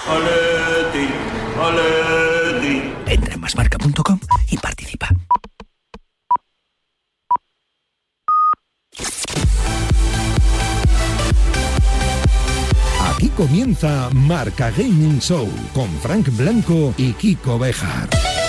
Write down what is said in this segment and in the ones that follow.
Atleti, Atleti. Entra en masmarca.com y participa. Aquí comienza Marca Gaming Show con Frank Blanco y Kiko Béjar.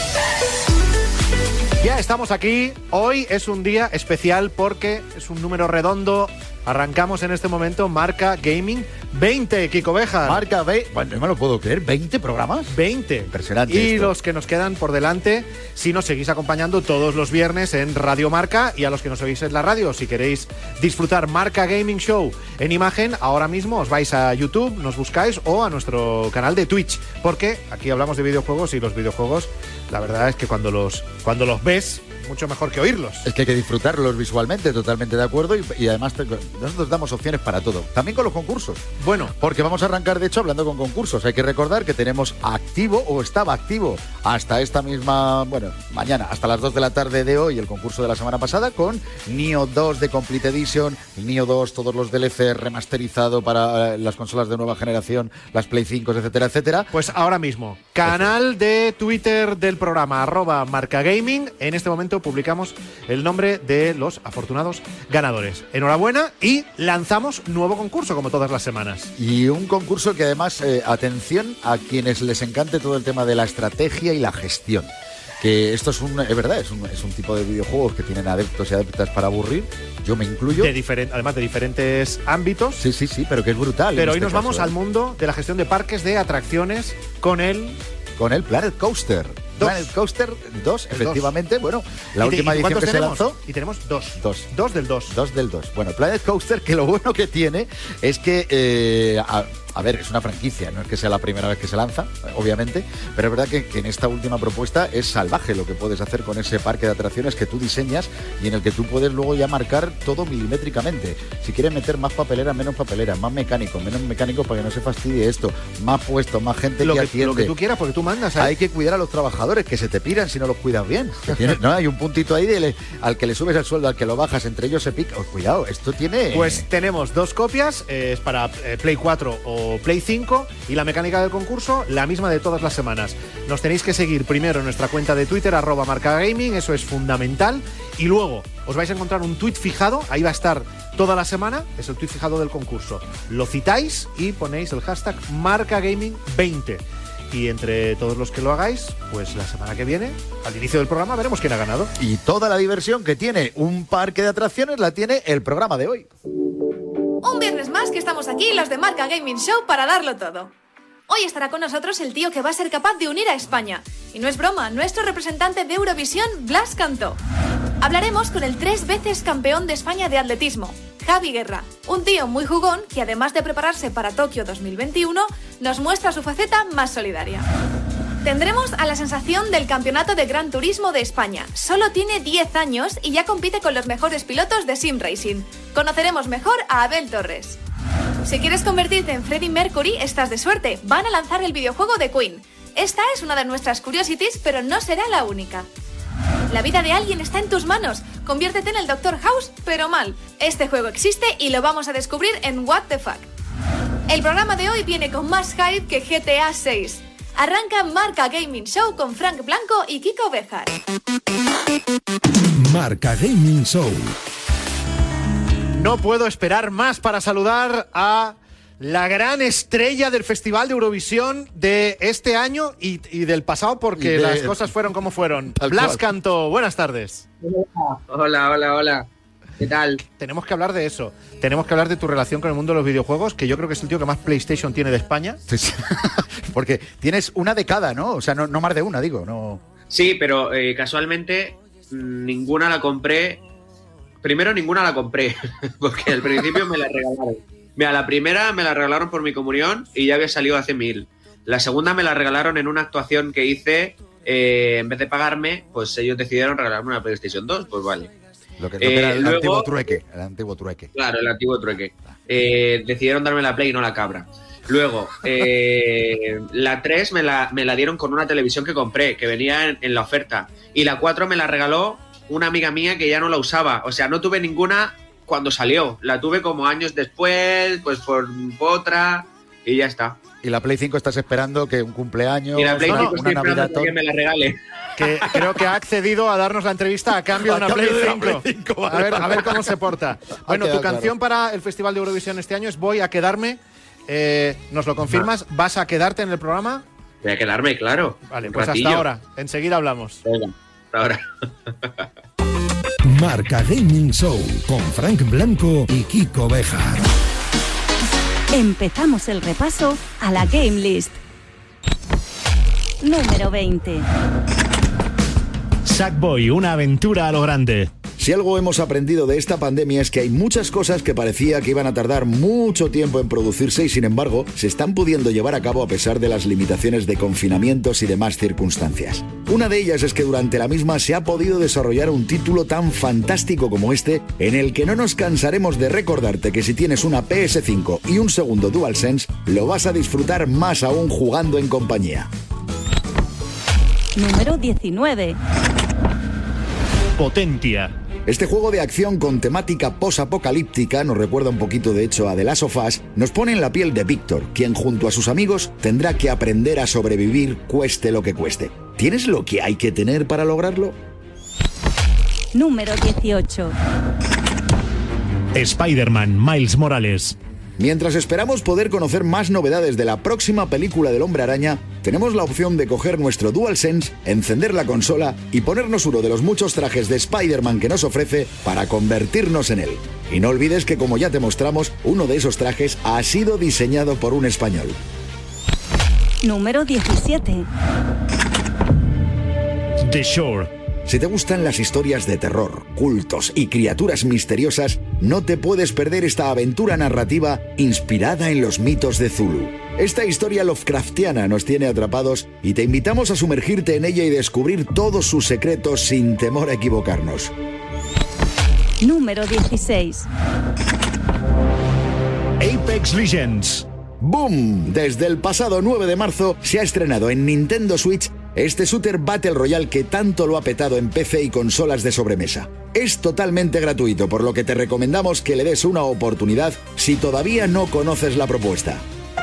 Ya estamos aquí. Hoy es un día especial porque es un número redondo. Arrancamos en este momento Marca Gaming 20, Kiko Béjar. Marca 20, bueno, no me lo puedo creer, 20 programas. 20. Impresionante. Y esto. los que nos quedan por delante, si nos seguís acompañando todos los viernes en Radio Marca, y a los que nos oís en la radio, si queréis disfrutar Marca Gaming Show en imagen, ahora mismo os vais a YouTube, nos buscáis, o a nuestro canal de Twitch, porque aquí hablamos de videojuegos, y los videojuegos, la verdad es que cuando los ves, mucho mejor que oírlos. Es que hay que disfrutarlos visualmente, totalmente de acuerdo, y además nosotros damos opciones para todo, también con los concursos. Bueno, porque vamos a arrancar, de hecho, hablando con concursos. Hay que recordar que tenemos activo, o estaba activo, hasta esta misma, bueno, mañana, hasta las 2 de la tarde de hoy, el concurso de la semana pasada, con Nioh 2 de Complete Edition, el Nioh 2, todos los DLC remasterizado para las consolas de nueva generación, las Play 5, etcétera, etcétera. Pues ahora mismo, canal de Twitter del programa, @marcagaming. En este momento publicamos el nombre de los afortunados ganadores. Enhorabuena, y lanzamos nuevo concurso como todas las semanas. Y un concurso que además, atención a quienes les encante todo el tema de la estrategia y la gestión. Que esto es verdad, es un tipo de videojuegos que tienen adeptos y adeptas para aburrir. Yo me incluyo. Además de diferentes ámbitos. Sí, pero que es brutal. Pero hoy nos vamos al mundo de la gestión de parques de atracciones con el Planet Coaster. Planet Coaster 2, efectivamente. Bueno, la última edición que se lanzó. Y tenemos dos. Dos del 2. Bueno, Planet Coaster, que lo bueno que tiene es que, a ver, es una franquicia, no es que sea la primera vez que se lanza, obviamente, pero es verdad que en esta última propuesta es salvaje lo que puedes hacer con ese parque de atracciones que tú diseñas y en el que tú puedes luego ya marcar todo milimétricamente. Si quieres meter más papelera, menos papelera, más mecánicos, menos mecánicos, para que no se fastidie esto, más puestos, más gente que atiende. Lo que tú quieras, porque tú mandas. Hay que cuidar a los trabajadores, que se te piran si no los cuidas bien. No hay un puntito ahí al que le subes el sueldo, al que lo bajas, entre ellos se pica. Cuidado, esto tiene... Pues tenemos dos copias, es para Play 4 o Play 5, y la mecánica del concurso, la misma de todas las semanas. Nos tenéis que seguir primero en nuestra cuenta de Twitter, @marcagaming, eso es fundamental, y luego os vais a encontrar un tuit fijado, ahí va a estar toda la semana, es el tuit fijado del concurso. Lo citáis y ponéis el hashtag marcagaming20. Y entre todos los que lo hagáis, pues la semana que viene, al inicio del programa, veremos quién ha ganado. Y toda la diversión que tiene un parque de atracciones la tiene el programa de hoy. Un viernes más que estamos aquí, los de Marca Gaming Show, para darlo todo. Hoy estará con nosotros el tío que va a ser capaz de unir a España. Y no es broma, nuestro representante de Eurovisión, Blas Cantó. Hablaremos con el 3 veces campeón de España de atletismo, Javi Guerra. Un tío muy jugón que, además de prepararse para Tokio 2021, nos muestra su faceta más solidaria. Tendremos a la sensación del campeonato de Gran Turismo de España. Solo tiene 10 años y ya compite con los mejores pilotos de Sim Racing. Conoceremos mejor a Abel Torres. Si quieres convertirte en Freddie Mercury, estás de suerte. Van a lanzar el videojuego de Queen. Esta es una de nuestras curiosities, pero no será la única. La vida de alguien está en tus manos. Conviértete en el Dr. House, pero mal. Este juego existe y lo vamos a descubrir en What the Fuck. El programa de hoy viene con más hype que GTA 6. Arranca Marca Gaming Show con Frank Blanco y Kiko Béjar. Marca Gaming Show. No puedo esperar más para saludar a la gran estrella del Festival de Eurovisión de este año y del pasado, porque las cosas fueron como fueron. Blas Cantó, buenas tardes. Hola. ¿Qué tal? Tenemos que hablar de eso. Tenemos que hablar de tu relación con el mundo de los videojuegos, que yo creo que es el tío que más PlayStation tiene de España. Porque tienes una de cada, ¿no? O sea, no más de una, digo. No. Sí, pero casualmente ninguna la compré. Primero, ninguna la compré, porque al principio me la regalaron. Mira, la primera me la regalaron por mi comunión y ya había salido hace 1000. La segunda me la regalaron en una actuación que hice. En vez de pagarme, pues ellos decidieron regalarme una PlayStation 2, pues vale. Lo que era el antiguo trueque. Claro, el antiguo trueque. Decidieron darme la Play y no la cabra. Luego, la 3 me la dieron con una televisión que compré, que venía en la oferta. Y la 4 me la regaló una amiga mía que ya no la usaba. O sea, no tuve ninguna cuando salió. La tuve como años después, pues por otra, y ya está. Y la Play 5 estás esperando que un cumpleaños, Y la Play 5 una estoy Navidad... esperando que me la regale. Que creo que ha accedido a darnos la entrevista a cambio de una Play 5. Play 5, A ver cómo se porta. Bueno, tu canción para el Festival de Eurovisión este año es Voy a quedarme. ¿Nos lo confirmas? ¿Vas a quedarte en el programa? Voy a quedarme, claro. Vale, un pues ratillo. hasta ahora. Enseguida hablamos. Venga, hasta ahora. Marca Gaming Show con Frank Blanco y Kiko Bejar. Empezamos el repaso a la Game List. Número 20. Sackboy, una aventura a lo grande. Si algo hemos aprendido de esta pandemia es que hay muchas cosas que parecía que iban a tardar mucho tiempo en producirse y sin embargo se están pudiendo llevar a cabo a pesar de las limitaciones de confinamientos y demás circunstancias. Una de ellas es que durante la misma se ha podido desarrollar un título tan fantástico como este, en el que no nos cansaremos de recordarte que si tienes una PS5 y un segundo DualSense, lo vas a disfrutar más aún jugando en compañía. Número 19. Potentia. Este juego de acción con temática post-apocalíptica, nos recuerda un poquito de hecho a The Last of Us, nos pone en la piel de Víctor, quien junto a sus amigos tendrá que aprender a sobrevivir cueste lo que cueste. ¿Tienes lo que hay que tener para lograrlo? Número 18. Spider-Man, Miles Morales. Mientras esperamos poder conocer más novedades de la próxima película del Hombre Araña, tenemos la opción de coger nuestro DualSense, encender la consola y ponernos uno de los muchos trajes de Spider-Man que nos ofrece para convertirnos en él. Y no olvides que, como ya te mostramos, uno de esos trajes ha sido diseñado por un español. Número 17. The Shore. Si te gustan las historias de terror, cultos y criaturas misteriosas, no te puedes perder esta aventura narrativa inspirada en los mitos de Zulu. Esta historia Lovecraftiana nos tiene atrapados y te invitamos a sumergirte en ella y descubrir todos sus secretos sin temor a equivocarnos. Número 16. Apex Legends. ¡Boom! Desde el pasado 9 de marzo se ha estrenado en Nintendo Switch este shooter Battle Royale que tanto lo ha petado en PC y consolas de sobremesa. Es totalmente gratuito, por lo que te recomendamos que le des una oportunidad si todavía no conoces la propuesta.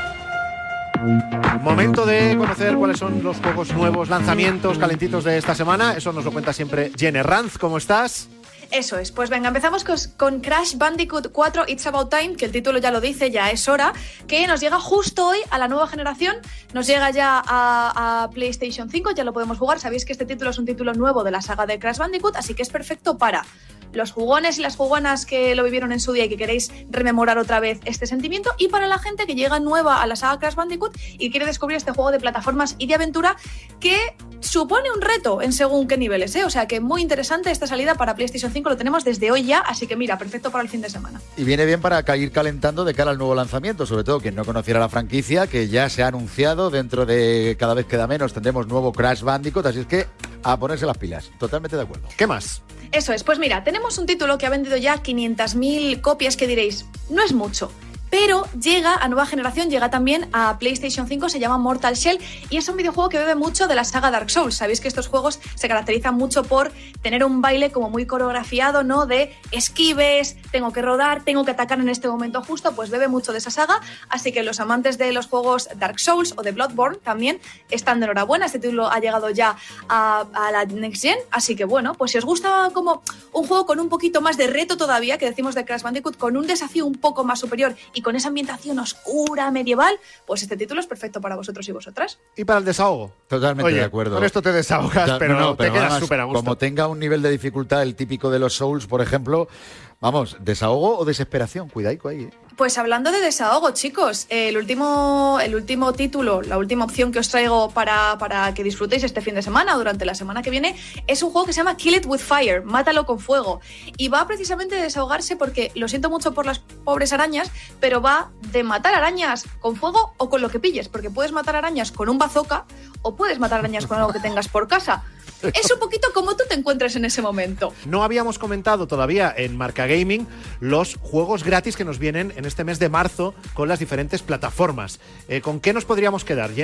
Momento de conocer cuáles son los juegos nuevos, lanzamientos calentitos de esta semana. Eso nos lo cuenta siempre Jen Herranz. ¿Cómo estás? Eso es, pues venga, empezamos con Crash Bandicoot 4 It's About Time, que el título ya lo dice, ya es hora, que nos llega justo hoy a la nueva generación, nos llega ya a PlayStation 5, ya lo podemos jugar, sabéis que este título es un título nuevo de la saga de Crash Bandicoot, así que es perfecto para los jugones y las jugonas que lo vivieron en su día y que queréis rememorar otra vez este sentimiento, y para la gente que llega nueva a la saga Crash Bandicoot y quiere descubrir este juego de plataformas y de aventura que supone un reto en según qué niveles, ¿eh? O sea que muy interesante esta salida para PlayStation 5, lo tenemos desde hoy ya, así que mira, perfecto para el fin de semana. Y viene bien para ir calentando de cara al nuevo lanzamiento, sobre todo quien no conociera la franquicia, que ya se ha anunciado, dentro de cada vez queda menos, tendremos nuevo Crash Bandicoot, así es que a ponerse las pilas, totalmente de acuerdo. ¿Qué más? Eso es, pues mira, tenemos un título que ha vendido ya 500.000 copias, que diréis, no es mucho, pero llega a nueva generación, llega también a PlayStation 5, se llama Mortal Shell y es un videojuego que bebe mucho de la saga Dark Souls. Sabéis que estos juegos se caracterizan mucho por tener un baile como muy coreografiado, ¿no? De esquives, tengo que rodar, tengo que atacar en este momento justo, pues bebe mucho de esa saga, así que los amantes de los juegos Dark Souls o de Bloodborne también están de enhorabuena. Este título ha llegado ya a la Next Gen, así que bueno, pues si os gusta como un juego con un poquito más de reto todavía, que decimos de Crash Bandicoot, con un desafío un poco más superior y con esa ambientación oscura, medieval, pues este título es perfecto para vosotros y vosotras. ¿Y para el desahogo? Totalmente Oye, de acuerdo. Con esto te desahogas, Ya, pero te quedas además, súper a gusto. como tenga un nivel de dificultad el típico de los Souls, por ejemplo, vamos, desahogo o desesperación, cuidaico ahí, ¿eh? Pues hablando de desahogo, chicos, el último título, la última opción que os traigo para que disfrutéis este fin de semana o durante la semana que viene, es un juego que se llama Kill It With Fire, Mátalo con Fuego. Y va precisamente de desahogarse porque, lo siento mucho por las pobres arañas, pero va de matar arañas con fuego o con lo que pilles, porque puedes matar arañas con un bazooka o puedes matar arañas con algo que tengas por casa. Es un poquito como tú te encuentres en ese momento. No habíamos comentado todavía en Marca Gaming los juegos gratis que nos vienen en este mes de marzo con las diferentes plataformas. ¿Con qué nos podríamos quedar, Jen?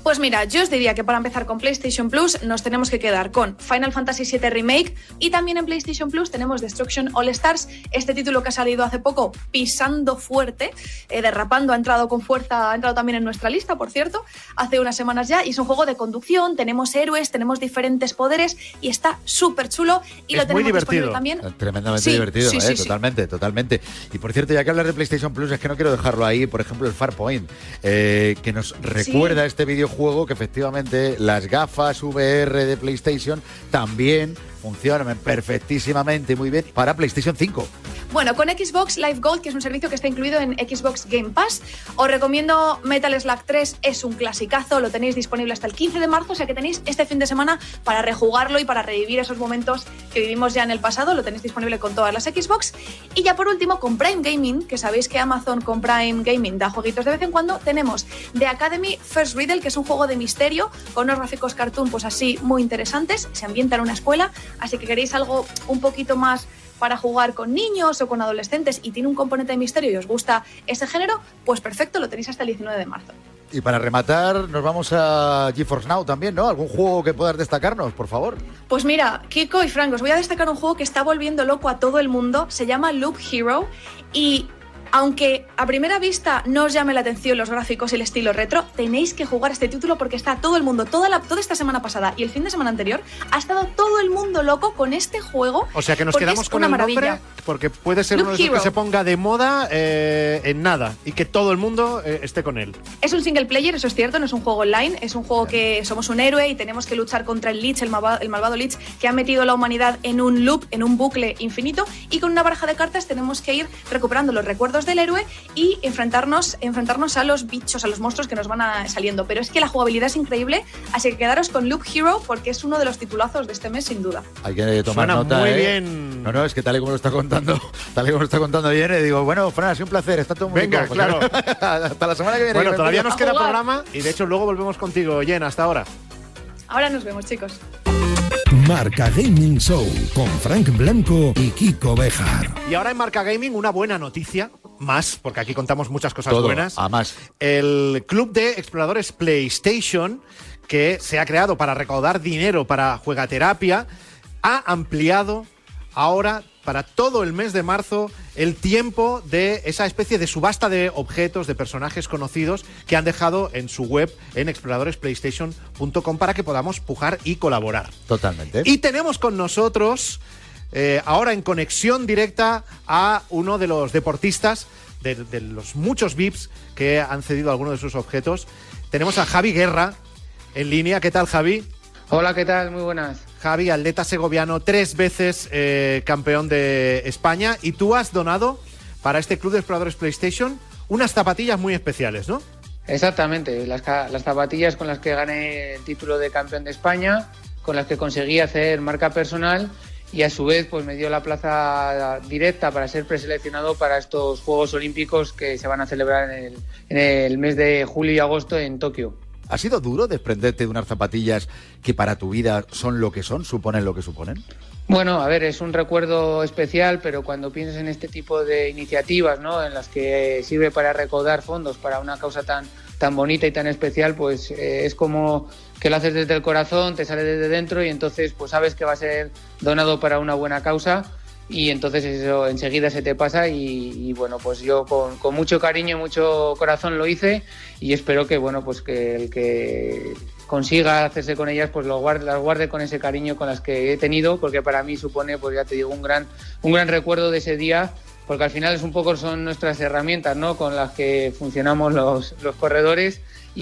Pues mira, yo os diría que para empezar con PlayStation Plus nos tenemos que quedar con Final Fantasy VII Remake y también en PlayStation Plus tenemos Destruction All Stars, este título que ha salido hace poco pisando fuerte, derrapando, ha entrado con fuerza, ha entrado también en nuestra lista, por cierto, hace unas semanas ya, y es un juego de conducción, tenemos héroes, tenemos diferentes poderes y está súper chulo y es lo tenemos muy divertido también. Tremendamente divertido, totalmente. Y por cierto, ya que hablas de PlayStation Plus, es que no quiero dejarlo ahí, por ejemplo, el Farpoint, que nos recuerda este videojuego que efectivamente las gafas VR de PlayStation también funcionan perfectísimamente muy bien para PlayStation 5. Bueno, con Xbox Live Gold, que es un servicio que está incluido en Xbox Game Pass, os recomiendo Metal Slug 3, es un clasicazo, lo tenéis disponible hasta el 15 de marzo, o sea que tenéis este fin de semana para rejugarlo y para revivir esos momentos que vivimos ya en el pasado, lo tenéis disponible con todas las Xbox. Y ya por último, con Prime Gaming, que sabéis que Amazon con Prime Gaming da jueguitos de vez en cuando, tenemos The Academy First Riddle, que es un juego de misterio con unos gráficos cartoon pues así muy interesantes, se ambienta en una escuela, así que queréis algo un poquito más para jugar con niños o con adolescentes y tiene un componente de misterio y os gusta ese género, pues perfecto, lo tenéis hasta el 19 de marzo. Y para rematar, nos vamos a GeForce Now también, ¿no? ¿Algún juego que puedas destacarnos, por favor? Pues mira, Kiko y Frank, os voy a destacar un juego que está volviendo loco a todo el mundo, se llama Loop Hero y aunque a primera vista no os llame la atención los gráficos y el estilo retro, tenéis que jugar este título porque está todo el mundo, toda esta semana pasada y el fin de semana anterior, ha estado todo el mundo loco con este juego. O sea que nos quedamos con el nombre porque puede ser uno de esos que se ponga de moda en nada y que todo el mundo esté con él. Es un single player, eso es cierto, no es un juego online, es un juego que somos un héroe y tenemos que luchar contra el Lich, el malvado Lich, que ha metido a la humanidad en un loop, en un bucle infinito, y con una baraja de cartas tenemos que ir recuperando los recuerdos del héroe y enfrentarnos a los bichos, a los monstruos que nos van saliendo. Pero es que la jugabilidad es increíble, así que quedaros con Loop Hero porque es uno de los titulazos de este mes, sin duda. Hay que tomar Suena nota, muy bien. No, es que tal y como lo está contando bien, digo, bueno, Fran, ha sido un placer, está todo muy bien. Claro. Hasta la semana que viene. Bueno, todavía nos queda programa y de hecho luego volvemos contigo, Jen, hasta ahora. Ahora nos vemos, chicos. Marca Gaming Show con Frank Blanco y Kiko Bejar. Y ahora en Marca Gaming una buena noticia, más, porque aquí contamos muchas cosas buenas. A más. El Club de Exploradores PlayStation, que se ha creado para recaudar dinero para juegaterapia, ha ampliado ahora para todo el mes de marzo el tiempo de esa especie de subasta de objetos, de personajes conocidos que han dejado en su web en exploradoresplaystation.com para que podamos pujar y colaborar. Totalmente. Y tenemos con nosotros ahora en conexión directa a uno de los deportistas de los muchos VIPs que han cedido algunos de sus objetos. Tenemos a Javi Guerra en línea. ¿Qué tal, Javi? Hola, ¿qué tal? Muy buenas. Javi, atleta segoviano, 3 veces campeón de España, y tú has donado para este Club de Exploradores PlayStation unas zapatillas muy especiales, ¿no? Exactamente, las zapatillas con las que gané el título de campeón de España, con las que conseguí hacer marca personal y a su vez pues me dio la plaza directa para ser preseleccionado para estos Juegos Olímpicos que se van a celebrar en el mes de julio y agosto en Tokio. ¿Ha sido duro desprenderte de unas zapatillas que para tu vida son lo que son, suponen lo que suponen? Bueno, a ver, es un recuerdo especial, pero cuando piensas en este tipo de iniciativas, ¿no?, en las que sirve para recaudar fondos para una causa tan bonita y tan especial, pues es como que lo haces desde el corazón, te sale desde dentro y entonces pues sabes que va a ser donado para una buena causa. Y entonces eso enseguida se te pasa y bueno, pues yo con mucho cariño y mucho corazón lo hice y espero que bueno, pues que el que consiga hacerse con ellas pues las guarde con ese cariño con las que he tenido, porque para mí supone, pues ya te digo, un gran recuerdo de ese día, porque al final es un poco son nuestras herramientas, ¿no?, con las que funcionamos los corredores,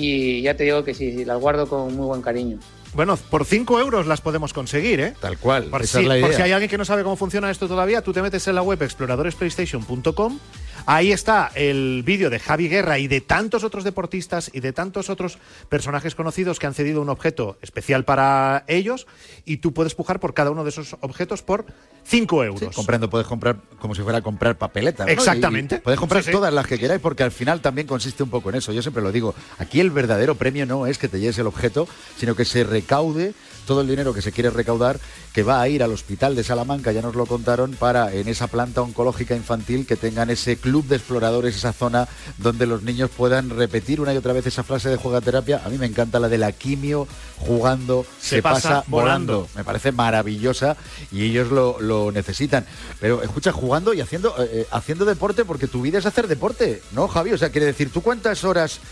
y ya te digo que sí, las guardo con muy buen cariño. Bueno, por 5 euros las podemos conseguir, ¿eh? Tal cual, esa es la idea. Por si hay alguien que no sabe cómo funciona esto todavía, tú te metes en la web exploradoresplaystation.com. Ahí está el vídeo de Javi Guerra y de tantos otros deportistas y de tantos otros personajes conocidos que han cedido un objeto especial para ellos, y tú puedes pujar por cada uno de esos objetos por 5 euros. Sí, puedes comprar como si fuera a comprar papeletas, ¿no? Exactamente. Y puedes comprar todas las que queráis, porque al final también consiste un poco en eso. Yo siempre lo digo, aquí el verdadero premio no es que te lleves el objeto, sino que se recaude todo el dinero que se quiere recaudar, que va a ir al Hospital de Salamanca, ya nos lo contaron, para en esa planta oncológica infantil que tengan ese club de exploradores, esa zona donde los niños puedan repetir una y otra vez esa frase de jugaterapia. A mí me encanta la de la quimio jugando se pasa volando. Me parece maravillosa y ellos lo necesitan. Pero escucha, jugando y haciendo deporte, porque tu vida es hacer deporte, ¿no, Javi? O sea, quiere decir, ¿tú cuántas horas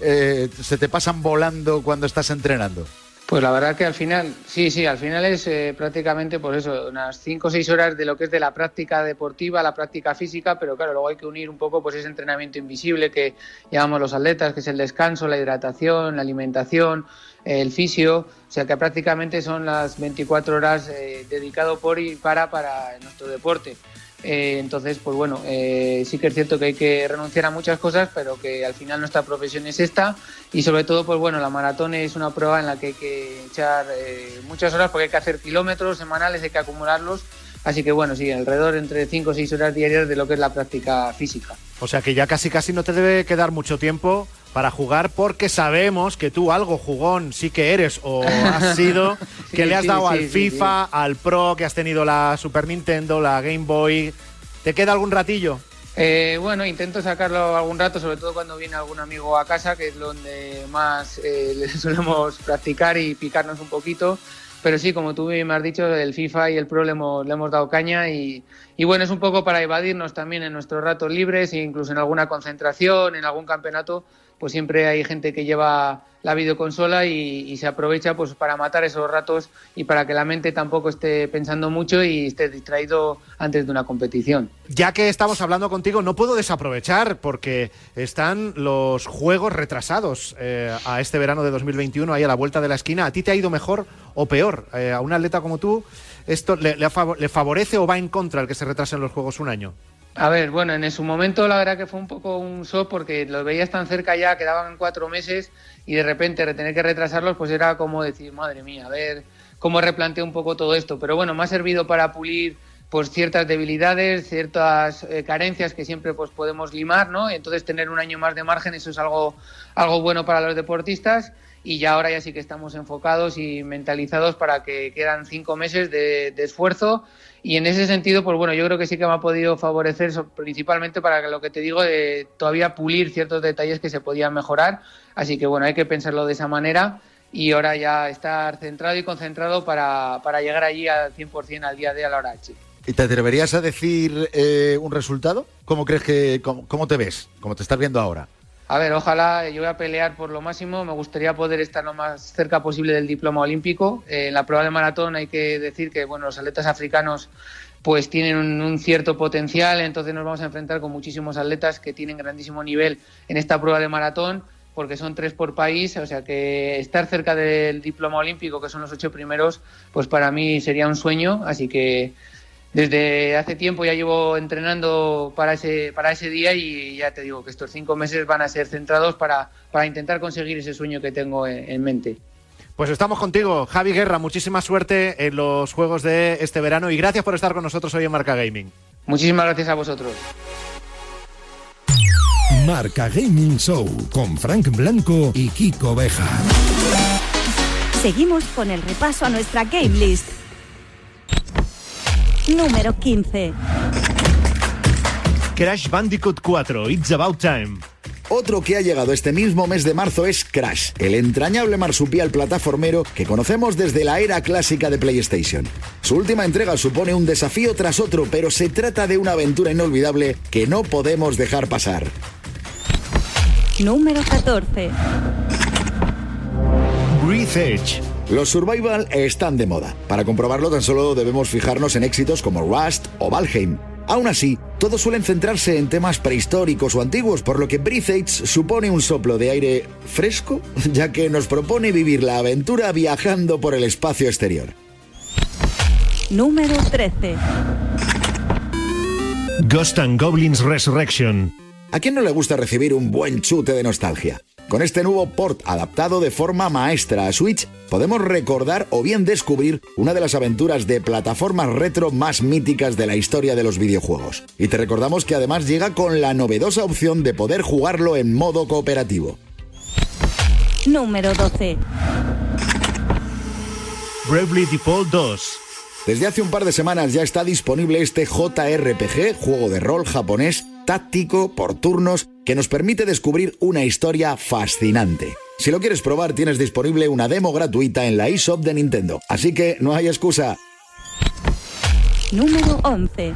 se te pasan volando cuando estás entrenando? Pues la verdad que al final, al final es prácticamente pues eso, unas 5 o 6 horas de lo que es de la práctica deportiva, la práctica física, pero claro, luego hay que unir un poco pues ese entrenamiento invisible que llamamos los atletas, que es el descanso, la hidratación, la alimentación, el fisio, o sea que prácticamente son las 24 horas dedicado por y para nuestro deporte. Entonces, pues bueno, sí que es cierto que hay que renunciar a muchas cosas, pero que al final nuestra profesión es esta y sobre todo, pues bueno, la maratón es una prueba en la que hay que echar muchas horas porque hay que hacer kilómetros semanales, hay que acumularlos, así que bueno, sí, alrededor entre 5 o 6 horas diarias de lo que es la práctica física. O sea que ya casi no te debe quedar mucho tiempo para jugar, porque sabemos que tú algo jugón sí que eres o has sido, que le has dado al FIFA, al Pro, que has tenido la Super Nintendo, la Game Boy. ¿Te queda algún ratillo? Bueno, intento sacarlo algún rato, sobre todo cuando viene algún amigo a casa, que es donde más solemos practicar y picarnos un poquito. Pero sí, como tú me has dicho, el FIFA y el Pro le hemos dado caña y bueno, es un poco para evadirnos también en nuestros ratos libres e incluso en alguna concentración, en algún campeonato, pues siempre hay gente que lleva la videoconsola y se aprovecha pues para matar esos ratos y para que la mente tampoco esté pensando mucho y esté distraído antes de una competición. Ya que estamos hablando contigo, no puedo desaprovechar porque están los juegos retrasados a este verano de 2021 ahí a la vuelta de la esquina. ¿A ti te ha ido mejor o peor? A un atleta como tú, ¿esto le favorece o va en contra el que se retrasen los juegos un año? A ver, bueno, en su momento la verdad que fue un poco un shock porque los veías tan cerca ya, quedaban 4 meses y de repente tener que retrasarlos pues era como decir, madre mía, a ver cómo replanteo un poco todo esto. Pero bueno, me ha servido para pulir pues ciertas debilidades, ciertas carencias que siempre pues podemos limar, ¿no? Y entonces tener un año más de margen, eso es algo bueno para los deportistas. Y ya ahora ya sí que estamos enfocados y mentalizados para que quedan 5 meses de esfuerzo y en ese sentido, pues bueno, yo creo que sí que me ha podido favorecer principalmente para que lo que te digo, de todavía pulir ciertos detalles que se podían mejorar, así que bueno, hay que pensarlo de esa manera y ahora ya estar centrado y concentrado para llegar allí al 100% al día de a la hora H. ¿Y te atreverías a decir un resultado? ¿Cómo crees que, cómo te ves? ¿Cómo te estás viendo ahora? A ver, ojalá, yo voy a pelear por lo máximo, me gustaría poder estar lo más cerca posible del diploma olímpico. En la prueba de maratón hay que decir que bueno, los atletas africanos pues tienen un cierto potencial, entonces nos vamos a enfrentar con muchísimos atletas que tienen grandísimo nivel en esta prueba de maratón, porque son 3 por país, o sea que estar cerca del diploma olímpico, que son los 8 primeros, pues para mí sería un sueño, así que desde hace tiempo ya llevo entrenando para ese día y ya te digo que estos 5 meses van a ser centrados para intentar conseguir ese sueño que tengo en mente. Pues estamos contigo, Javi Guerra, muchísima suerte en los juegos de este verano y gracias por estar con nosotros hoy en Marca Gaming. Muchísimas gracias a vosotros. Marca Gaming Show con Frank Blanco y Kiko Bejar. Seguimos con el repaso a nuestra Game List. Número 15. Crash Bandicoot 4, It's About Time. Otro que ha llegado este mismo mes de marzo es Crash, el entrañable marsupial plataformero que conocemos desde la era clásica de PlayStation. Su última entrega supone un desafío tras otro, pero se trata de una aventura inolvidable que no podemos dejar pasar. Número 14. Breath Edge. Los survival están de moda. Para comprobarlo tan solo debemos fijarnos en éxitos como Rust o Valheim. Aún así, todos suelen centrarse en temas prehistóricos o antiguos, por lo que Breath Edge supone un soplo de aire fresco, ya que nos propone vivir la aventura viajando por el espacio exterior. Número 13. Ghost and Goblins Resurrection. ¿A quién no le gusta recibir un buen chute de nostalgia? Con este nuevo port adaptado de forma maestra a Switch, podemos recordar o bien descubrir una de las aventuras de plataformas retro más míticas de la historia de los videojuegos. Y te recordamos que además llega con la novedosa opción de poder jugarlo en modo cooperativo. Número 12. Bravely Default 2. Desde hace un par de semanas ya está disponible este JRPG, juego de rol japonés, táctico, por turnos, que nos permite descubrir una historia fascinante. Si lo quieres probar, tienes disponible una demo gratuita en la eShop de Nintendo. Así que no hay excusa. Número 11.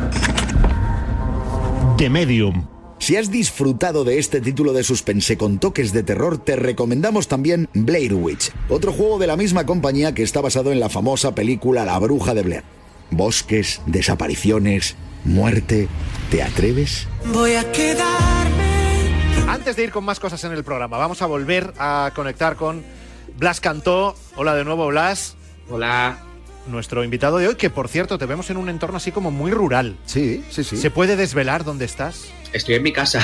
The Medium. Si has disfrutado de este título de suspense con toques de terror, te recomendamos también Blair Witch, otro juego de la misma compañía que está basado en la famosa película La Bruja de Blair. Bosques, desapariciones, muerte. ¿Te atreves? Voy a quedarme. Antes de ir con más cosas en el programa, vamos a volver a conectar con Blas Cantó. Hola de nuevo, Blas. Hola. Nuestro invitado de hoy, que por cierto te vemos en un entorno así como muy rural. Sí. ¿Se puede desvelar dónde estás? Estoy en mi casa.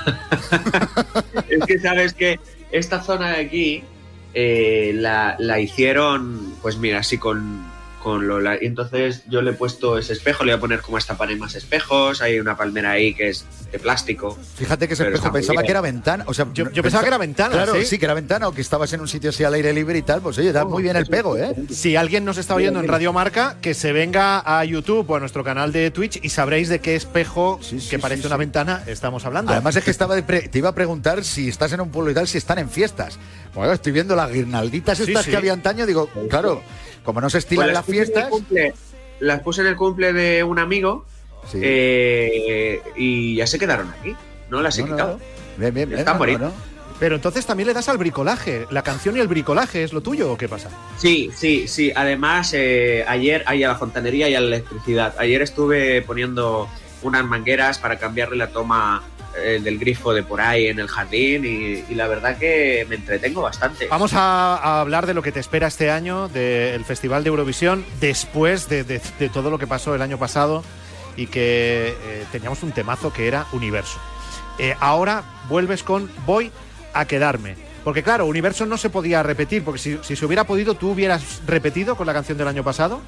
Es que sabes que esta zona de aquí la hicieron, pues mira, así con entonces yo le he puesto ese espejo, le voy a poner como esta pared más espejos, hay una palmera ahí que es de plástico. Fíjate que ese espejo pensaba que era ventana, o sea, yo pensaba que era ventana. Claro, sí, que era ventana, o que estabas en un sitio así al aire libre y tal, pues oye, da muy bien el pego, ¿eh? Si alguien nos está oyendo en Radio Marca, que se venga a YouTube o a nuestro canal de Twitch y sabréis de qué espejo que parece una ventana estamos hablando. Además es que te iba a preguntar si estás en un pueblo y tal, si están en fiestas. Bueno, estoy viendo las guirnalditas estas que había antaño, digo, claro, como no se estilan las fiestas. Las puse en el cumple de un amigo y ya se quedaron aquí. No las he quitado. Bien. Están bonitas. Pero entonces también le das al bricolaje. ¿La canción y el bricolaje es lo tuyo o qué pasa? Sí. Además, ayer hay a la fontanería y a la electricidad. Ayer estuve poniendo unas mangueras para cambiarle la toma del grifo de por ahí en el jardín y la verdad que me entretengo bastante. Vamos a hablar de lo que te espera este año, del Festival de Eurovisión, después de todo lo que pasó el año pasado y que teníamos un temazo que era Universo. Ahora vuelves con Voy a quedarme. Porque claro, Universo no se podía repetir, porque si se hubiera podido, ¿tú hubieras repetido con la canción del año pasado?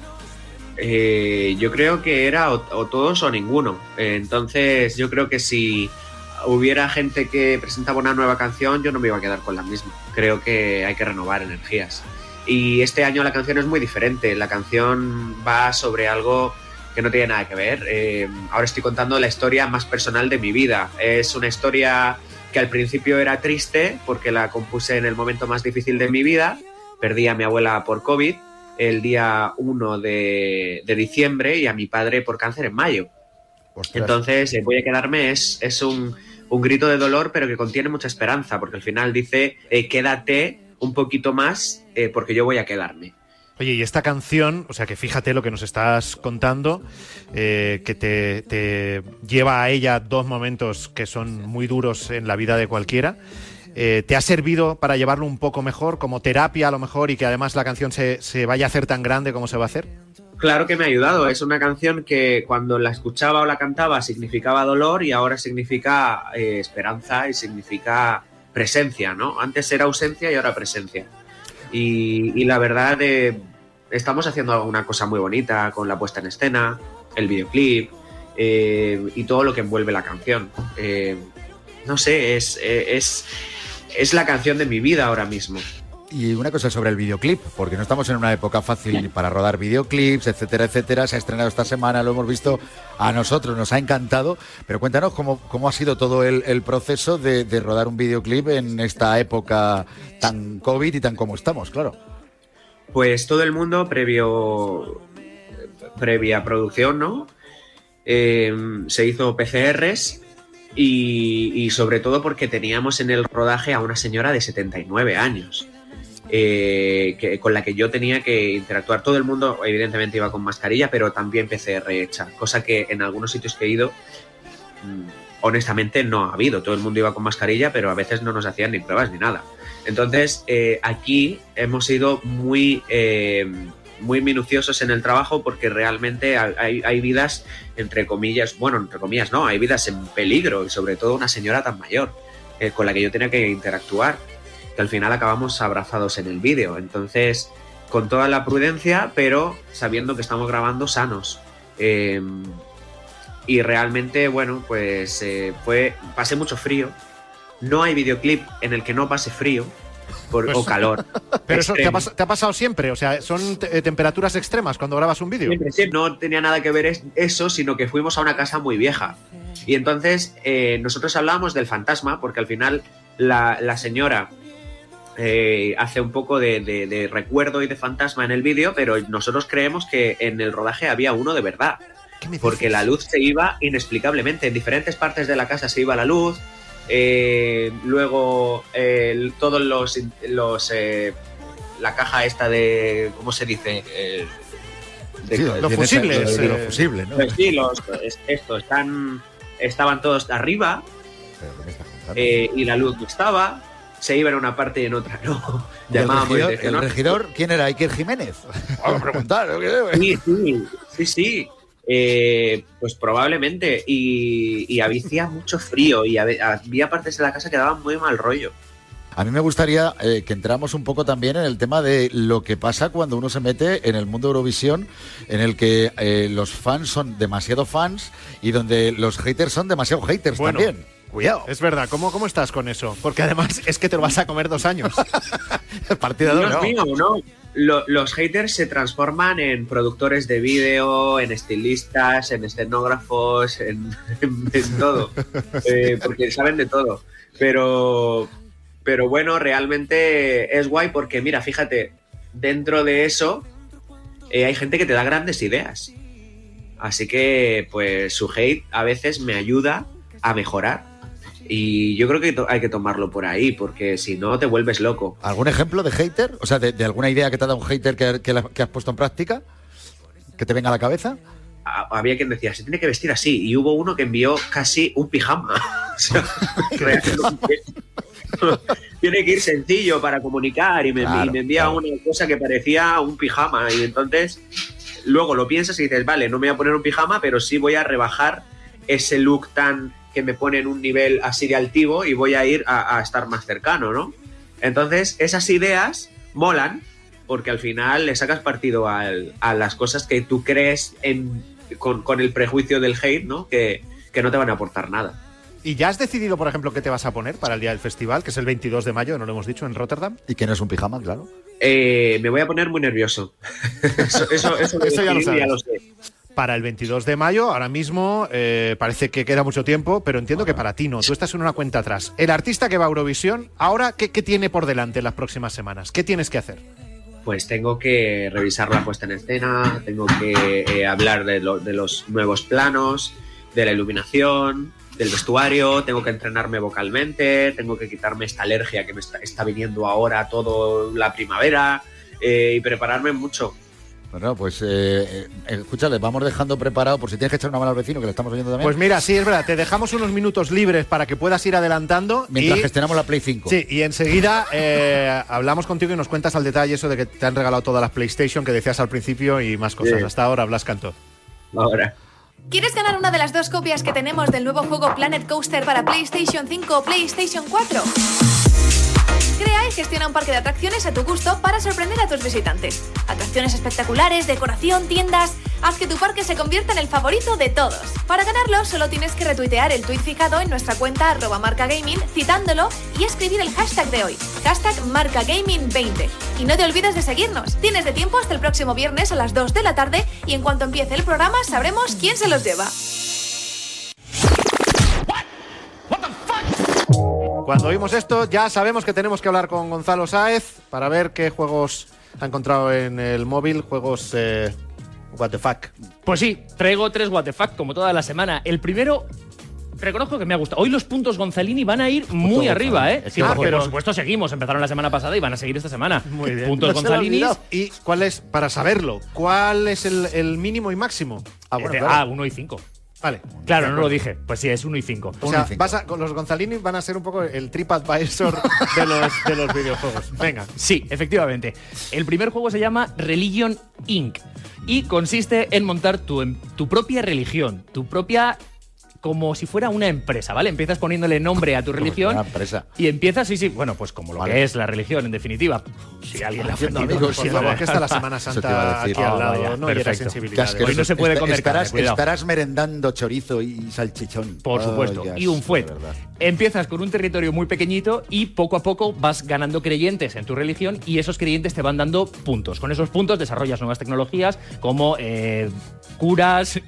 Yo creo que era o todos o ninguno. Entonces yo creo que si hubiera gente que presentaba una nueva canción, yo no me iba a quedar con la misma. Creo que hay que renovar energías. Y este año la canción es muy diferente. La canción va sobre algo que no tiene nada que ver. Ahora estoy contando la historia más personal de mi vida. Es una historia que al principio era triste porque la compuse en el momento más difícil de mi vida. Perdí a mi abuela por COVID el día 1 de diciembre y a mi padre por cáncer en mayo. Ostras. Entonces, Voy a quedarme es un grito de dolor, pero que contiene mucha esperanza, porque al final dice, quédate un poquito más, porque yo voy a quedarme. Oye, y esta canción, o sea que fíjate lo que nos estás contando, que te lleva a ella dos momentos que son muy duros en la vida de cualquiera. ¿Te ha servido para llevarlo un poco mejor, como terapia a lo mejor, y que además la canción se vaya a hacer tan grande como se va a hacer? Claro que me ha ayudado. Es una canción que cuando la escuchaba o la cantaba significaba dolor y ahora significa esperanza y significa presencia, ¿no? Antes era ausencia y ahora presencia. Y la verdad, estamos haciendo alguna cosa muy bonita con la puesta en escena, el videoclip y todo lo que envuelve la canción. No sé, es la canción de mi vida ahora mismo. Y una cosa sobre el videoclip, porque no estamos en una época fácil para rodar videoclips, etcétera, etcétera. Se ha estrenado esta semana, lo hemos visto, a nosotros nos ha encantado. Pero cuéntanos cómo ha sido todo el proceso de rodar un videoclip en esta época tan COVID y tan como estamos, claro. Pues todo el mundo previa producción, ¿no? Se hizo PCRs y sobre todo porque teníamos en el rodaje a una señora de 79 años. Con la que yo tenía que interactuar. Todo el mundo evidentemente iba con mascarilla, pero también PCR hecha, cosa que en algunos sitios que he ido honestamente no ha habido. Todo el mundo iba con mascarilla, pero a veces no nos hacían ni pruebas ni nada. Entonces aquí hemos sido muy minuciosos en el trabajo, porque realmente hay vidas, entre comillas no, hay vidas en peligro, y sobre todo una señora tan mayor con la que yo tenía que interactuar, que al final acabamos abrazados en el vídeo. Entonces, con toda la prudencia, pero sabiendo que estamos grabando sanos. Y realmente, bueno, pues pasé mucho frío. No hay videoclip en el que no pase frío. o calor. Pero eso te ha pasado siempre, o sea, son temperaturas extremas cuando grabas un vídeo. Siempre. No tenía nada que ver eso, sino que fuimos a una casa muy vieja. Y entonces nosotros hablábamos del fantasma, porque al final la señora hace un poco de recuerdo y de fantasma en el vídeo, pero nosotros creemos que en el rodaje había uno de verdad. Porque la luz se iba inexplicablemente. En diferentes partes de la casa se iba la luz. Luego todos los la caja esta de, ¿cómo se dice? Los fusibles. Los fusibles, ¿no? Pues sí, estaban todos arriba. Y la luz no estaba. Se iba en una parte y en otra no. ¿El regidor quién era? ¿Iker Jiménez? Vamos a preguntar. Sí. Pues probablemente. Y había mucho frío y había partes de la casa que daban muy mal rollo. A mí me gustaría que entramos un poco también en el tema de lo que pasa cuando uno se mete en el mundo de Eurovisión, en el que los fans son demasiado fans y donde los haters son demasiado haters también. Cuidado. Es verdad, ¿cómo estás con eso? Porque además es que te lo vas a comer 2 años. Partida de Dios mío, ¿no? Los haters se transforman en productores de vídeo, en estilistas, en escenógrafos, en todo. Porque saben de todo. Pero bueno, realmente es guay porque, mira, fíjate, dentro de eso hay gente que te da grandes ideas. Así que, pues, su hate a veces me ayuda a mejorar. Y yo creo que hay que tomarlo por ahí, porque si no te vuelves loco. ¿Algún ejemplo de hater? O sea, de alguna idea que te ha dado un hater que has puesto en práctica, que te venga a la cabeza. Había quien decía, se tiene que vestir así, y hubo uno que envió casi un pijama. O sea, tiene que ir sencillo para comunicar, y me envía una cosa que parecía un pijama, y entonces luego lo piensas y dices, vale, no me voy a poner un pijama, pero sí voy a rebajar ese look tan que me pone en un nivel así de altivo y voy a ir a estar más cercano, ¿no? Entonces, esas ideas molan porque al final le sacas partido a las cosas que tú crees con el prejuicio del hate, ¿no? Que no te van a aportar nada. ¿Y ya has decidido, por ejemplo, qué te vas a poner para el día del festival, que es el 22 de mayo, no lo hemos dicho, en Rotterdam? Y que no es un pijama, claro. Me voy a poner muy nervioso. eso ya lo sabes. Ya lo sé. Para el 22 de mayo, ahora mismo parece que queda mucho tiempo, pero entiendo que para ti no. Tú estás en una cuenta atrás. El artista que va a Eurovisión, ahora, ¿qué tiene por delante en las próximas semanas? ¿Qué tienes que hacer? Pues tengo que revisar la puesta en escena, tengo que hablar de los nuevos planos, de la iluminación, del vestuario, tengo que entrenarme vocalmente, tengo que quitarme esta alergia que me está viniendo ahora toda la primavera y prepararme mucho. Bueno, pues escúchale, vamos dejando preparado por si tienes que echar una mano al vecino, que le estamos oyendo también. Pues mira, sí, es verdad, te dejamos unos minutos libres para que puedas ir adelantando. Mientras gestionamos la Play 5. Sí, y enseguida hablamos contigo y nos cuentas al detalle eso de que te han regalado todas las PlayStation que decías al principio y más cosas. Sí. Hasta ahora, Blas Cantó. Ahora. ¿Quieres ganar una de las 2 copias que tenemos del nuevo juego Planet Coaster para PlayStation 5 o PlayStation 4? Crea y gestiona un parque de atracciones a tu gusto para sorprender a tus visitantes. Atracciones espectaculares, decoración, tiendas... Haz que tu parque se convierta en el favorito de todos. Para ganarlo, solo tienes que retuitear el tuit fijado en nuestra cuenta @marcagaming, citándolo y escribir el hashtag de hoy, #marcagaming20. Y no te olvides de seguirnos. Tienes de tiempo hasta el próximo viernes a las 2 de la tarde y en cuanto empiece el programa sabremos quién se los lleva. Cuando oímos esto, ya sabemos que tenemos que hablar con Gonzalo Sáez para ver qué juegos ha encontrado en el móvil, juegos what the fuck. Pues sí, traigo 3 what the fuck como toda la semana. El primero, reconozco que me ha gustado. Hoy los puntos Gonzalini van a ir muy arriba, ¿eh? Sí, pero por supuesto seguimos. Empezaron la semana pasada y van a seguir esta semana. Muy bien. Puntos Gonzalini. ¿Y cuál es, para saberlo, cuál es el mínimo y máximo? 1 y 5. Vale. Claro, no lo dije. Pues sí, es 1 y 5. O sea, los Gonzalini van a ser un poco el TripAdvisor de los videojuegos. Venga. Sí, efectivamente. El primer juego se llama Religion Inc. y consiste en montar tu propia religión, tu propia como si fuera una empresa, ¿vale? Empiezas poniéndole nombre a tu religión. Una empresa. Y empiezas, sí, bueno, pues como lo que es la religión, en definitiva. Si alguien le ha ofendido, amigos, por favor, que está la Semana Santa aquí al lado, ¿no? Y era sensibilidad. Hoy no se puede comer carne, cuidado. Estarás merendando chorizo y salchichón. Por supuesto, y un fuet. Empiezas con un territorio muy pequeñito y poco a poco vas ganando creyentes en tu religión y esos creyentes te van dando puntos. Con esos puntos desarrollas nuevas tecnologías como curas...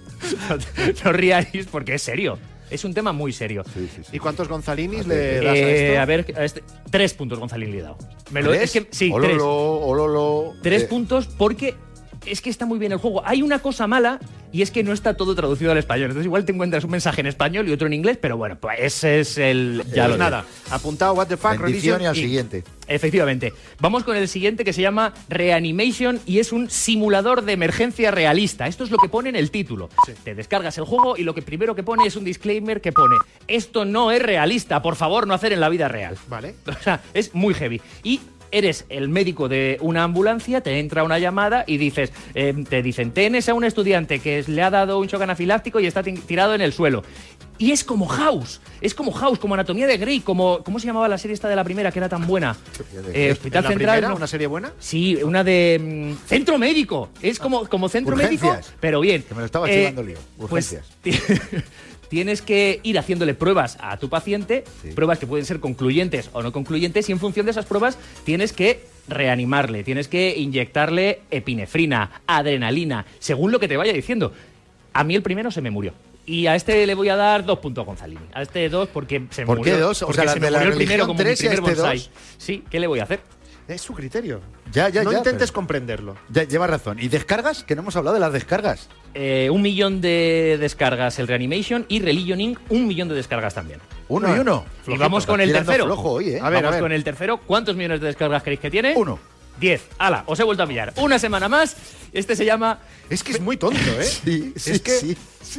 No ríais porque es serio. Es un tema muy serio. Sí. ¿Y cuántos Gonzalinis le das a esto? A ver, 3 puntos Gonzalini le he dado. ¿Tres? Es que, sí, Ololo. 3 puntos porque es que está muy bien el juego. Hay una cosa mala y es que no está todo traducido al español. Entonces igual te encuentras un mensaje en español y otro en inglés, pero bueno, pues ese es el... Ya lo nada. Apuntado, what the fuck, bendición y al siguiente. Efectivamente. Vamos con el siguiente que se llama Reanimation y es un simulador de emergencia realista. Esto es lo que pone en el título. Sí. Te descargas el juego y lo que primero que pone es un disclaimer que pone: esto no es realista, por favor no hacer en la vida real. Vale. O sea, es muy heavy. Y eres el médico de una ambulancia, te entra una llamada y dices, te dicen, tienes a un estudiante que le ha dado un shock anafiláctico y está tirado en el suelo. Y es como House, como Anatomía de Grey, ¿cómo se llamaba la serie esta de la primera que era tan buena? Hospital ¿La Central. Primera, ¿una serie buena? Sí, una de Centro Médico. Es como Centro Médico, pero bien. Que me lo estaba chivando lío. Urgencias. Pues, tienes que ir haciéndole pruebas a tu paciente, pruebas que pueden ser concluyentes o no concluyentes, y en función de esas pruebas tienes que reanimarle, tienes que inyectarle epinefrina, adrenalina, según lo que te vaya diciendo. A mí el primero se me murió. Y a este le voy a dar 2 puntos Gonzalini. A este 2 porque se me murió. ¿Por qué 2? O sea, se me murió el primero como mi primer bonsai. 2. Sí, ¿qué le voy a hacer? Es su criterio. No intentes comprenderlo. Llevas razón. ¿Y descargas? Que no hemos hablado de las descargas. 1 millón de descargas el Reanimation y Religion Inc. 1 millón de descargas también. Uno y uno. Y vamos con el tercero. Flojo hoy, ¿eh? Vamos con el tercero. ¿Cuántos millones de descargas creéis que tiene? 1. 10. ¡Hala! Os he vuelto a pillar. Una semana más. Este se llama... Es que es muy tonto, ¿eh? Sí.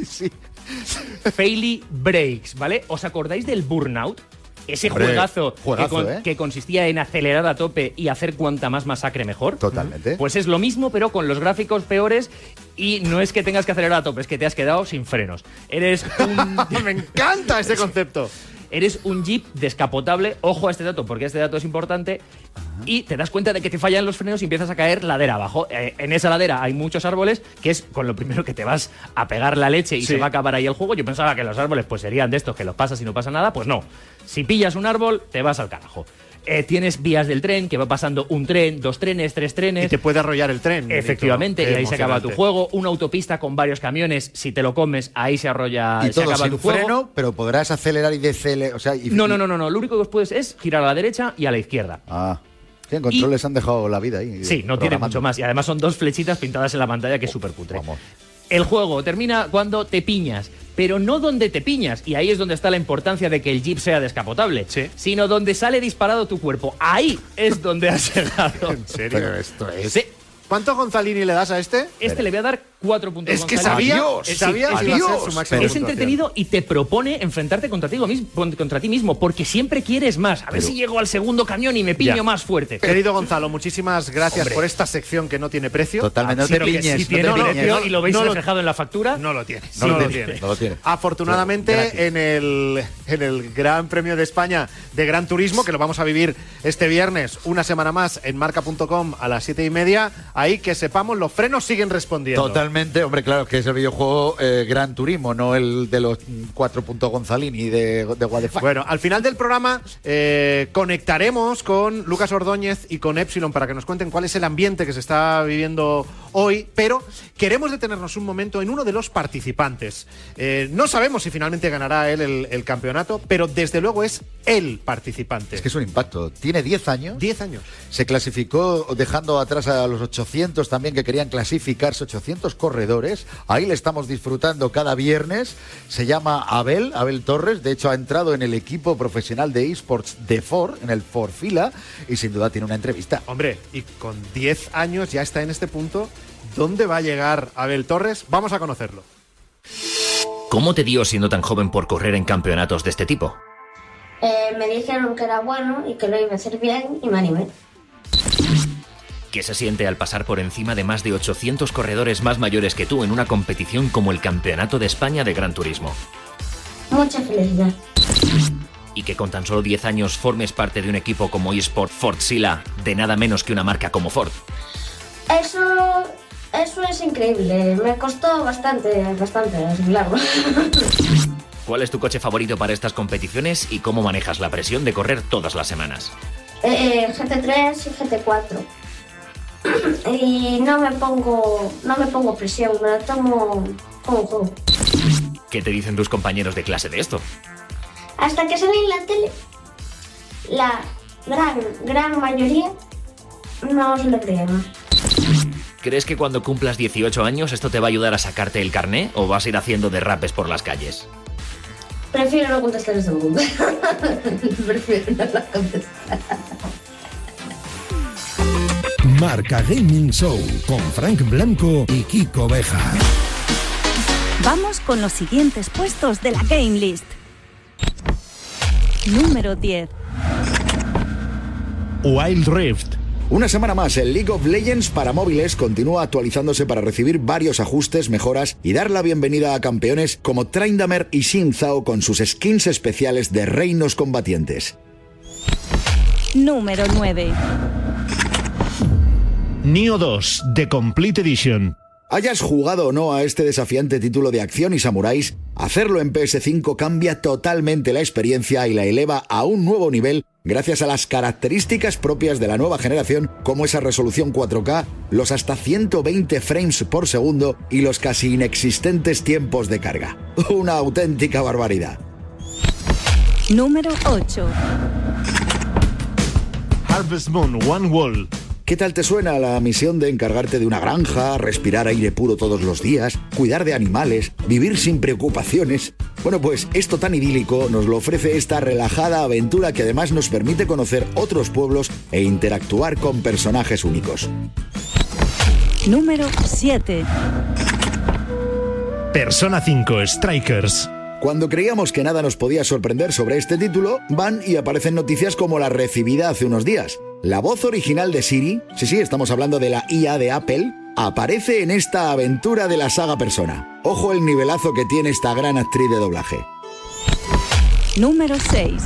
Faily Breaks, ¿vale? ¿Os acordáis del Burnout? Ese juegazo que consistía en acelerar a tope y hacer cuanta más masacre mejor. Totalmente. Pues es lo mismo, pero con los gráficos peores, y no es que tengas que acelerar a tope, es que te has quedado sin frenos. Eres un... Me encanta este concepto. Eres un jeep descapotable, ojo a este dato porque este dato es importante, y te das cuenta de que te fallan los frenos y empiezas a caer ladera abajo. En esa ladera hay muchos árboles, que es con lo primero que te vas a pegar la leche y se va a acabar ahí el juego. Yo pensaba que los árboles pues serían de estos que los pasas y no pasa nada, pues no. Si pillas un árbol, te vas al carajo. Tienes vías del tren, que va pasando un tren, 2 trenes, 3 trenes. Y te puede arrollar el tren. Efectivamente, y ahí se acaba tu juego. Una autopista con varios camiones, si te lo comes, ahí se arrolla, y se todo acaba sin tu juego. freno, pero podrás acelerar y decelerar. O sea, No. Lo único que os puedes es girar a la derecha y a la izquierda. En control les han dejado la vida ahí. Sí, no tiene mucho más. Y además son 2 flechitas pintadas en la pantalla, que es súper cutre. El juego termina cuando te piñas, pero no donde te piñas, y ahí es donde está la importancia de que el jeep sea descapotable, sino donde sale disparado tu cuerpo. Ahí es donde has llegado. ¿En serio? Pero esto es... Sí. ¿Cuántos Gonzalini le das a este? Le voy a dar 4 puntos. Es que sabía que iba a ser su máxima Es entretenido y te propone enfrentarte contra ti mismo, porque siempre quieres más. A ver si llego al segundo camión y me piño más fuerte. Querido Gonzalo, muchísimas gracias por esta sección que no tiene precio. Totalmente, no te piñes. Si tiene precio y lo veis reflejado en la factura. No lo tiene. No lo tiene. Afortunadamente, en el Gran Premio de España de Gran Turismo, que lo vamos a vivir este viernes, una semana más, en marca.com a las 7:30, ahí que sepamos, los frenos siguen respondiendo. Totalmente, hombre, claro, que es el videojuego Gran Turismo, no el de los 4 puntos Gonzalini de What the Fuck. Bueno, al final del programa conectaremos con Lucas Ordóñez y con Epsilon para que nos cuenten cuál es el ambiente que se está viviendo hoy, pero queremos detenernos un momento en uno de los participantes. No sabemos si finalmente ganará él el campeonato, pero desde luego es el participante. Es que es un impacto. Tiene 10 años. 10 años. Se clasificó dejando atrás a los 800 también que querían clasificarse, 800 corredores. Ahí le estamos disfrutando cada viernes. Se llama Abel Torres. De hecho, ha entrado en el equipo profesional de eSports de Ford, en el Ford Fila, y sin duda tiene una entrevista. Hombre, y con 10 años ya está en este punto. ¿Dónde va a llegar Abel Torres? Vamos a conocerlo. ¿Cómo te dio siendo tan joven por correr en campeonatos de este tipo? Me dijeron que era bueno y que lo iba a hacer bien y me animé. ¿Qué se siente al pasar por encima de más de 800 corredores más mayores que tú en una competición como el Campeonato de España de Gran Turismo? mucha felicidad. Y que con tan solo 10 años formes parte de un equipo como eSport Fortzilla, de nada menos que una marca como Ford. Eso es increíble. Me costó bastante asimilarlo. ¿Cuál es tu coche favorito para estas competiciones y cómo manejas la presión de correr todas las semanas? GT3 y GT4. Y no me pongo presión, me lo tomo como un juego. ¿Qué te dicen tus compañeros de clase de esto? Hasta que sale en la tele, la gran mayoría no se lo creen. ¿Crees que cuando cumplas 18 años esto te va a ayudar a sacarte el carné o vas a ir haciendo derrapes por las calles? Prefiero no contestar esa pregunta. Prefiero no la contestar. Marca Gaming Show con Frank Blanco y Kiko Bejar. Vamos con los siguientes puestos de la Game List. Número 10. Wild Rift. Una semana más, el League of Legends para móviles continúa actualizándose para recibir varios ajustes, mejoras y dar la bienvenida a campeones como Tryndamere y Xin Zhao con sus skins especiales de reinos combatientes. Número 9. Nioh 2, The Complete Edition. Hayas jugado o no a este desafiante título de acción y samuráis, hacerlo en PS5 cambia totalmente la experiencia y la eleva a un nuevo nivel gracias a las características propias de la nueva generación, como esa resolución 4K, los hasta 120 frames por segundo y los casi inexistentes tiempos de carga. Una auténtica barbaridad. Número 8. Harvest Moon, One Wall. ¿Qué tal te suena la misión de encargarte de una granja, respirar aire puro todos los días, cuidar de animales, vivir sin preocupaciones? Bueno, pues esto tan idílico nos lo ofrece esta relajada aventura que además nos permite conocer otros pueblos e interactuar con personajes únicos. Número 7. Persona 5, Strikers. Cuando creíamos que nada nos podía sorprender sobre este título, van y aparecen noticias como la recibida hace unos días. La voz original de Siri, sí, estamos hablando de la IA de Apple, aparece en esta aventura de la saga Persona. Ojo el nivelazo que tiene esta gran actriz de doblaje. Número 6.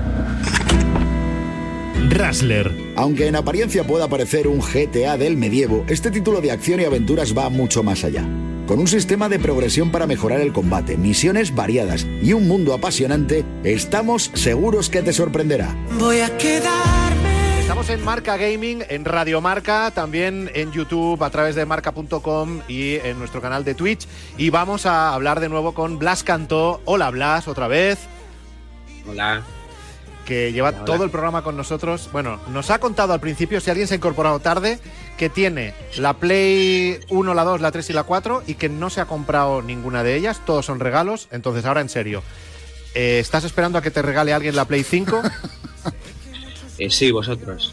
Rustler. Aunque en apariencia pueda parecer un GTA del medievo, este título de acción y aventuras va mucho más allá. Con un sistema de progresión para mejorar el combate, misiones variadas y un mundo apasionante, estamos seguros que te sorprenderá. Voy a quedarme. Estamos en Marca Gaming, en Radio Marca, también en YouTube, a través de marca.com y en nuestro canal de Twitch. Y vamos a hablar de nuevo con Blas Cantó. Hola Blas, otra vez. Hola. Que lleva todo el programa con nosotros. Bueno, nos ha contado al principio, si alguien se ha incorporado tarde, que tiene la Play 1, la 2, la 3 y la 4 y que no se ha comprado ninguna de ellas. Todos son regalos. Entonces, ahora en serio, ¿estás esperando a que te regale alguien la Play 5? Sí, vosotros.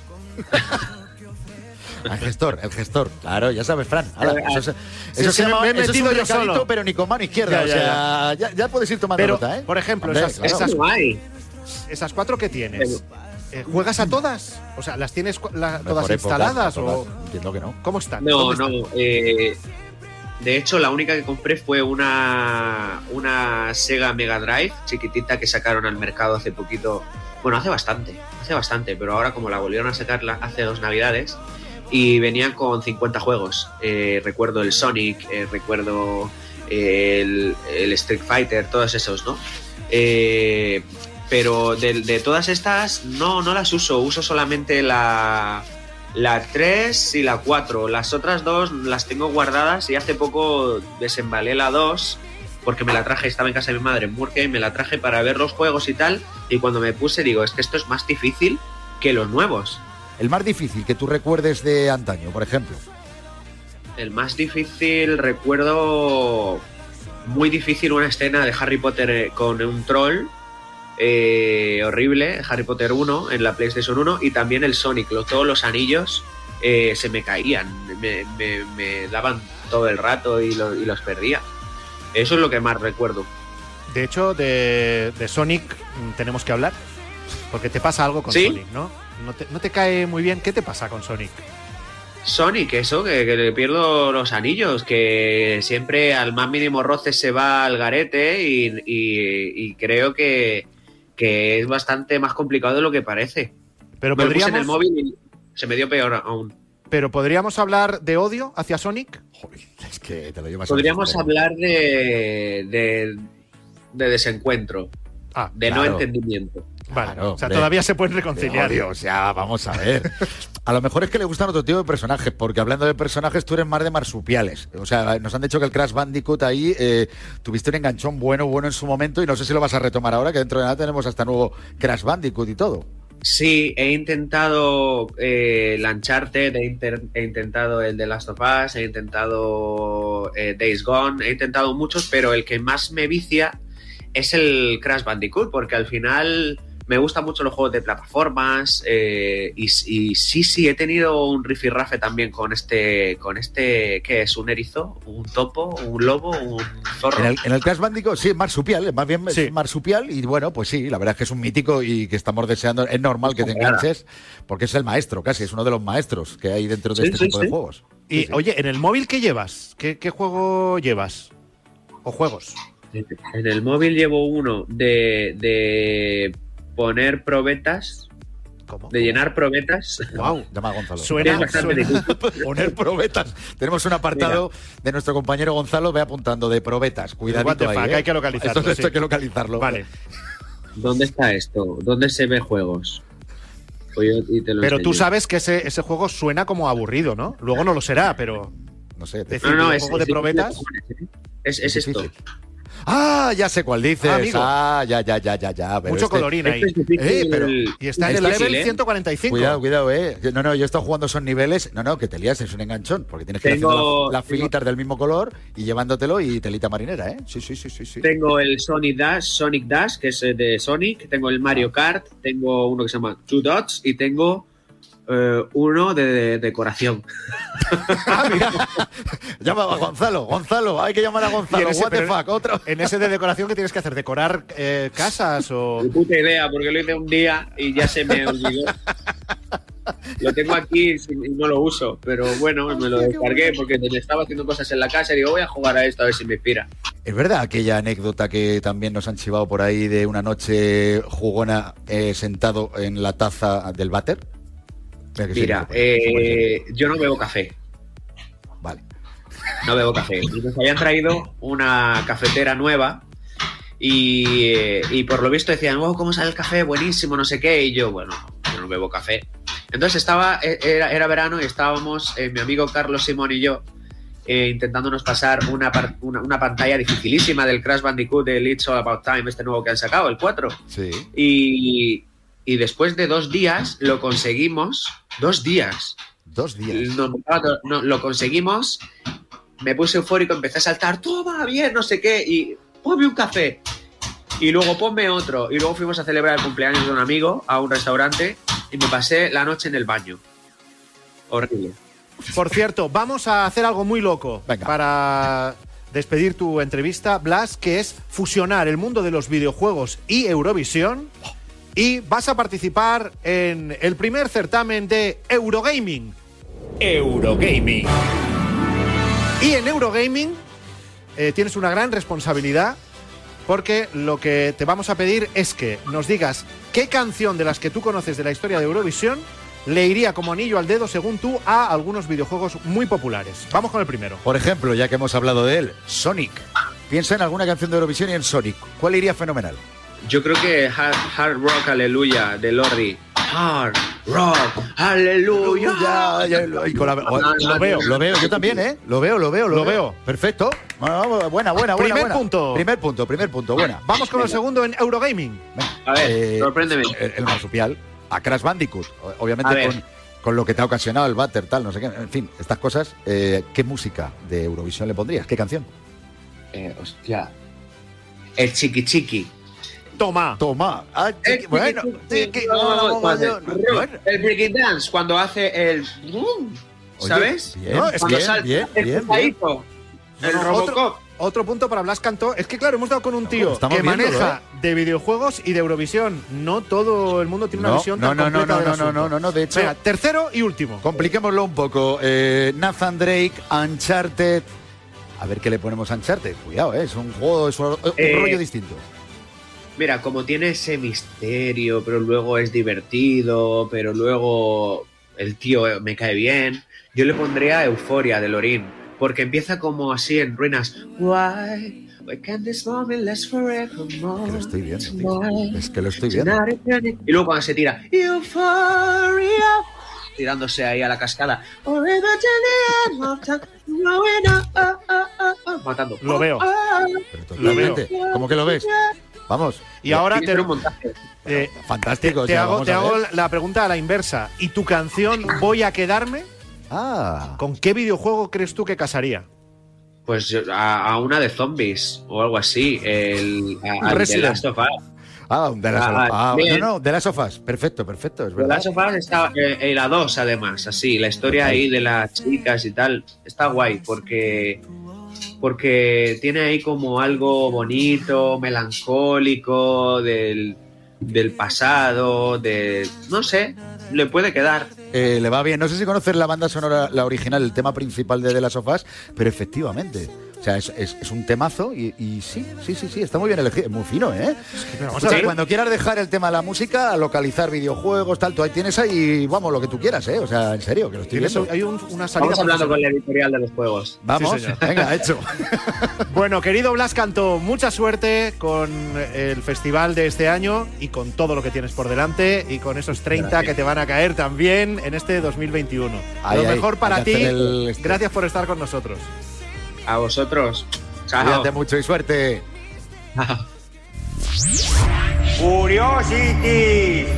El gestor. Claro, ya sabes, Fran. Eso se llama, me he metido yo solo. Pero ni con mano izquierda. Ya puedes ir tomando nota, ¿eh? Por ejemplo, Hombre, esas 4 que tienes, ¿juegas a todas? O sea, ¿las tienes todas instaladas? O... Entiendo que no. ¿Cómo están? No. De hecho, la única que compré fue una Sega Mega Drive chiquitita que sacaron al mercado hace poquito. Bueno, hace bastante, pero ahora como la volvieron a sacar hace 2 navidades y venían con 50 juegos. Recuerdo el Sonic, recuerdo el Street Fighter, todos esos, ¿no? Pero de todas estas no las uso solamente la 3 y la 4. Las otras 2 las tengo guardadas y hace poco desembalé la 2 porque me la traje, estaba en casa de mi madre en Murcia y me la traje para ver los juegos y tal, y cuando me puse digo, es que esto es más difícil que los nuevos. El más difícil que tú recuerdes de antaño, por ejemplo. El más difícil, recuerdo muy difícil una escena de Harry Potter con un troll horrible, Harry Potter 1 en la PlayStation 1, y también el Sonic, todos los anillos se me caían, me daban todo el rato y los perdía. Eso es lo que más recuerdo. De hecho, de Sonic tenemos que hablar, porque te pasa algo con ¿Sí? Sonic, ¿no? ¿No te cae muy bien? ¿Qué te pasa con Sonic? Sonic, eso, que le pierdo los anillos, que siempre al más mínimo roce se va al garete y creo que es bastante más complicado de lo que parece. Pero me lo puse podríamos... en el móvil y se me dio peor aún. Pero ¿podríamos hablar de odio hacia Sonic? Joder, es que te lo llevas. Podríamos hablar de desencuentro, de claro. no entendimiento. Vale, Claro, o sea, hombre. todavía se pueden reconciliar. O sea, vamos a ver. A lo mejor es que le gustan otro tipo de personajes, porque hablando de personajes, tú eres más de marsupiales. O sea, nos han dicho que el Crash Bandicoot ahí tuviste un enganchón bueno en su momento y no sé si lo vas a retomar ahora, que dentro de nada tenemos hasta nuevo Crash Bandicoot y todo. Sí, he intentado el Uncharted, he intentado el The Last of Us, he intentado Days Gone, he intentado muchos, pero el que más me vicia es el Crash Bandicoot, porque al final me gustan mucho los juegos de plataformas y sí, he tenido un rifirrafe también con este ¿qué es? ¿Un erizo? ¿Un topo? ¿Un lobo? ¿Un zorro? En el Crash Bandicoot, sí, es marsupial, más bien es marsupial, y bueno, pues sí, la verdad es que es un mítico y que estamos deseando, es normal que te enganches, porque es el maestro, casi, es uno de los maestros que hay dentro de este tipo de juegos. Y oye, ¿en el móvil qué llevas? ¿Qué juego llevas? ¿O juegos? En el móvil llevo uno de poner probetas. ¿Cómo? De llenar probetas. Wow, llama a Gonzalo. Suena poner probetas. Tenemos un apartado de nuestro compañero Gonzalo, ve apuntando de probetas. Cuidadito ahí, hay que localizarlo. Esto hay que localizarlo. Vale. ¿Dónde está esto? ¿Dónde se ve juegos? Pero tú sabes que ese juego suena como aburrido, ¿no? Luego no lo será, pero... No sé. Decir, no, es juego de probetas... Es esto. Ah, ya sé cuál dices. Amigo. Ya. Pero mucho colorín ahí. Pero y está en el level 145. Cuidado, No, yo he estado jugando esos niveles. No, que te lías, es un enganchón. Porque tienes que ir haciendo las filitas del mismo color y llevándotelo y telita marinera, ¿eh? Sí. Tengo el Sonic Dash, que es de Sonic. Tengo el Mario Kart. Tengo uno que se llama Two Dots. Y tengo uno de decoración. Mira. Llama a Gonzalo, hay que llamar a Gonzalo. What the fuck, otro. En ese de decoración, ¿qué tienes que hacer? ¿Decorar casas o...? Ni puta idea, porque lo hice un día y ya se me olvidó. Lo tengo aquí y no lo uso, pero bueno, me lo descargué porque estaba haciendo cosas en la casa y digo, voy a jugar a esto a ver si me inspira. ¿Es verdad aquella anécdota que también nos han chivado por ahí de una noche jugona sentado en la taza del váter? Mira, yo no bebo café. Vale. No bebo café. Y nos habían traído una cafetera nueva y por lo visto decían, ¿cómo sale el café? Buenísimo, no sé qué. Y yo, bueno, yo no bebo café. Entonces era verano y estábamos, mi amigo Carlos Simón y yo, intentándonos pasar una pantalla dificilísima del Crash Bandicoot de It's All About Time, este nuevo que han sacado, el 4. Sí. Y después de 2 días lo conseguimos. 2 días. 2 días. No, lo conseguimos. Me puse eufórico, empecé a saltar. Toma, bien, no sé qué. Y ponme un café. Y luego ponme otro. Y luego fuimos a celebrar el cumpleaños de un amigo a un restaurante. Y me pasé la noche en el baño. Horrible. Por cierto, vamos a hacer algo muy loco. Venga. Para despedir tu entrevista, Blas, que es fusionar el mundo de los videojuegos y Eurovisión. Y vas a participar en el primer certamen de Eurogaming. Eurogaming. Y en Eurogaming tienes una gran responsabilidad, porque lo que te vamos a pedir es que nos digas qué canción de las que tú conoces de la historia de Eurovisión le iría como anillo al dedo, según tú, a algunos videojuegos muy populares. Vamos con el primero. Por ejemplo, ya que hemos hablado de él, Sonic. Piensa en alguna canción de Eurovisión y en Sonic. ¿Cuál iría fenomenal? Yo creo que Hard Rock Aleluya de Lordi. Hard Rock Aleluya. Lo veo, yo también, ¿eh? Lo veo. Perfecto. Buena. Primer punto. Primer punto, buena. Vamos con el segundo en Eurogaming. A ver, sorpréndeme. El marsupial. A Crash Bandicoot. Obviamente con lo que te ha ocasionado el váter, tal, no sé qué. En fin, estas cosas. ¿Qué música de Eurovisión le pondrías? ¿Qué canción? Hostia. El Chiqui Chiqui. Toma. Bueno. El breaking dance, cuando hace el... ¿Sabes? Bien, cuando sale bien. el Robocop. Otro punto para Blas Cantó. Es que, claro, hemos dado con un tío estamos que viéndolo, maneja de videojuegos y de Eurovisión. No todo el mundo tiene una visión tan completa del asunto. No, de hecho. Venga, tercero y último. Compliquémoslo un poco. Nathan Drake, Uncharted. A ver qué le ponemos a Uncharted. Cuidado, es un juego, es un rollo distinto. Mira, como tiene ese misterio, pero luego es divertido, pero luego el tío me cae bien, yo le pondría Euforia de Lorin, porque empieza como así en ruinas. Why can't this moment last forevermore? Que lo estoy viendo, tío. Es que lo estoy viendo. Y luego cuando se tira Euphoria, tirándose ahí a la cascada, matando. Lo veo. Pero totalmente. ¿Cómo que lo ves? Vamos. Y ahora fantástico. Te hago la pregunta a la inversa. ¿Y tu canción Voy a quedarme? ¿Con qué videojuego crees tú que casaría? Pues a una de zombies o algo así. The Last of Us. The Last of Us. Perfecto, es verdad. The Last of Us está la 2 además, así. La historia ahí de las chicas y tal está guay porque tiene ahí como algo bonito, melancólico del pasado, no sé, le puede quedar. Le va bien. No sé si conoces la banda sonora, la original, el tema principal de The Last of Us, pero efectivamente, o sea, es un temazo y sí, está muy bien elegido, es muy fino, ¿eh? Cuando quieras dejar el tema de la música, localizar videojuegos, tal, tú ahí tienes ahí, vamos, lo que tú quieras, ¿eh? O sea, en serio, que lo estoy viendo. Hay una salida. Vamos hablando con la editorial de los juegos. Vamos, sí, venga, hecho. Bueno, querido Blas Cantó, mucha suerte con el festival de este año y con todo lo que tienes por delante y con esos 30 que te van a caer también en este 2021. Lo mejor para ti. Gracias por estar con nosotros. A vosotros. Chao. Cuídate mucho y suerte. Curiosity.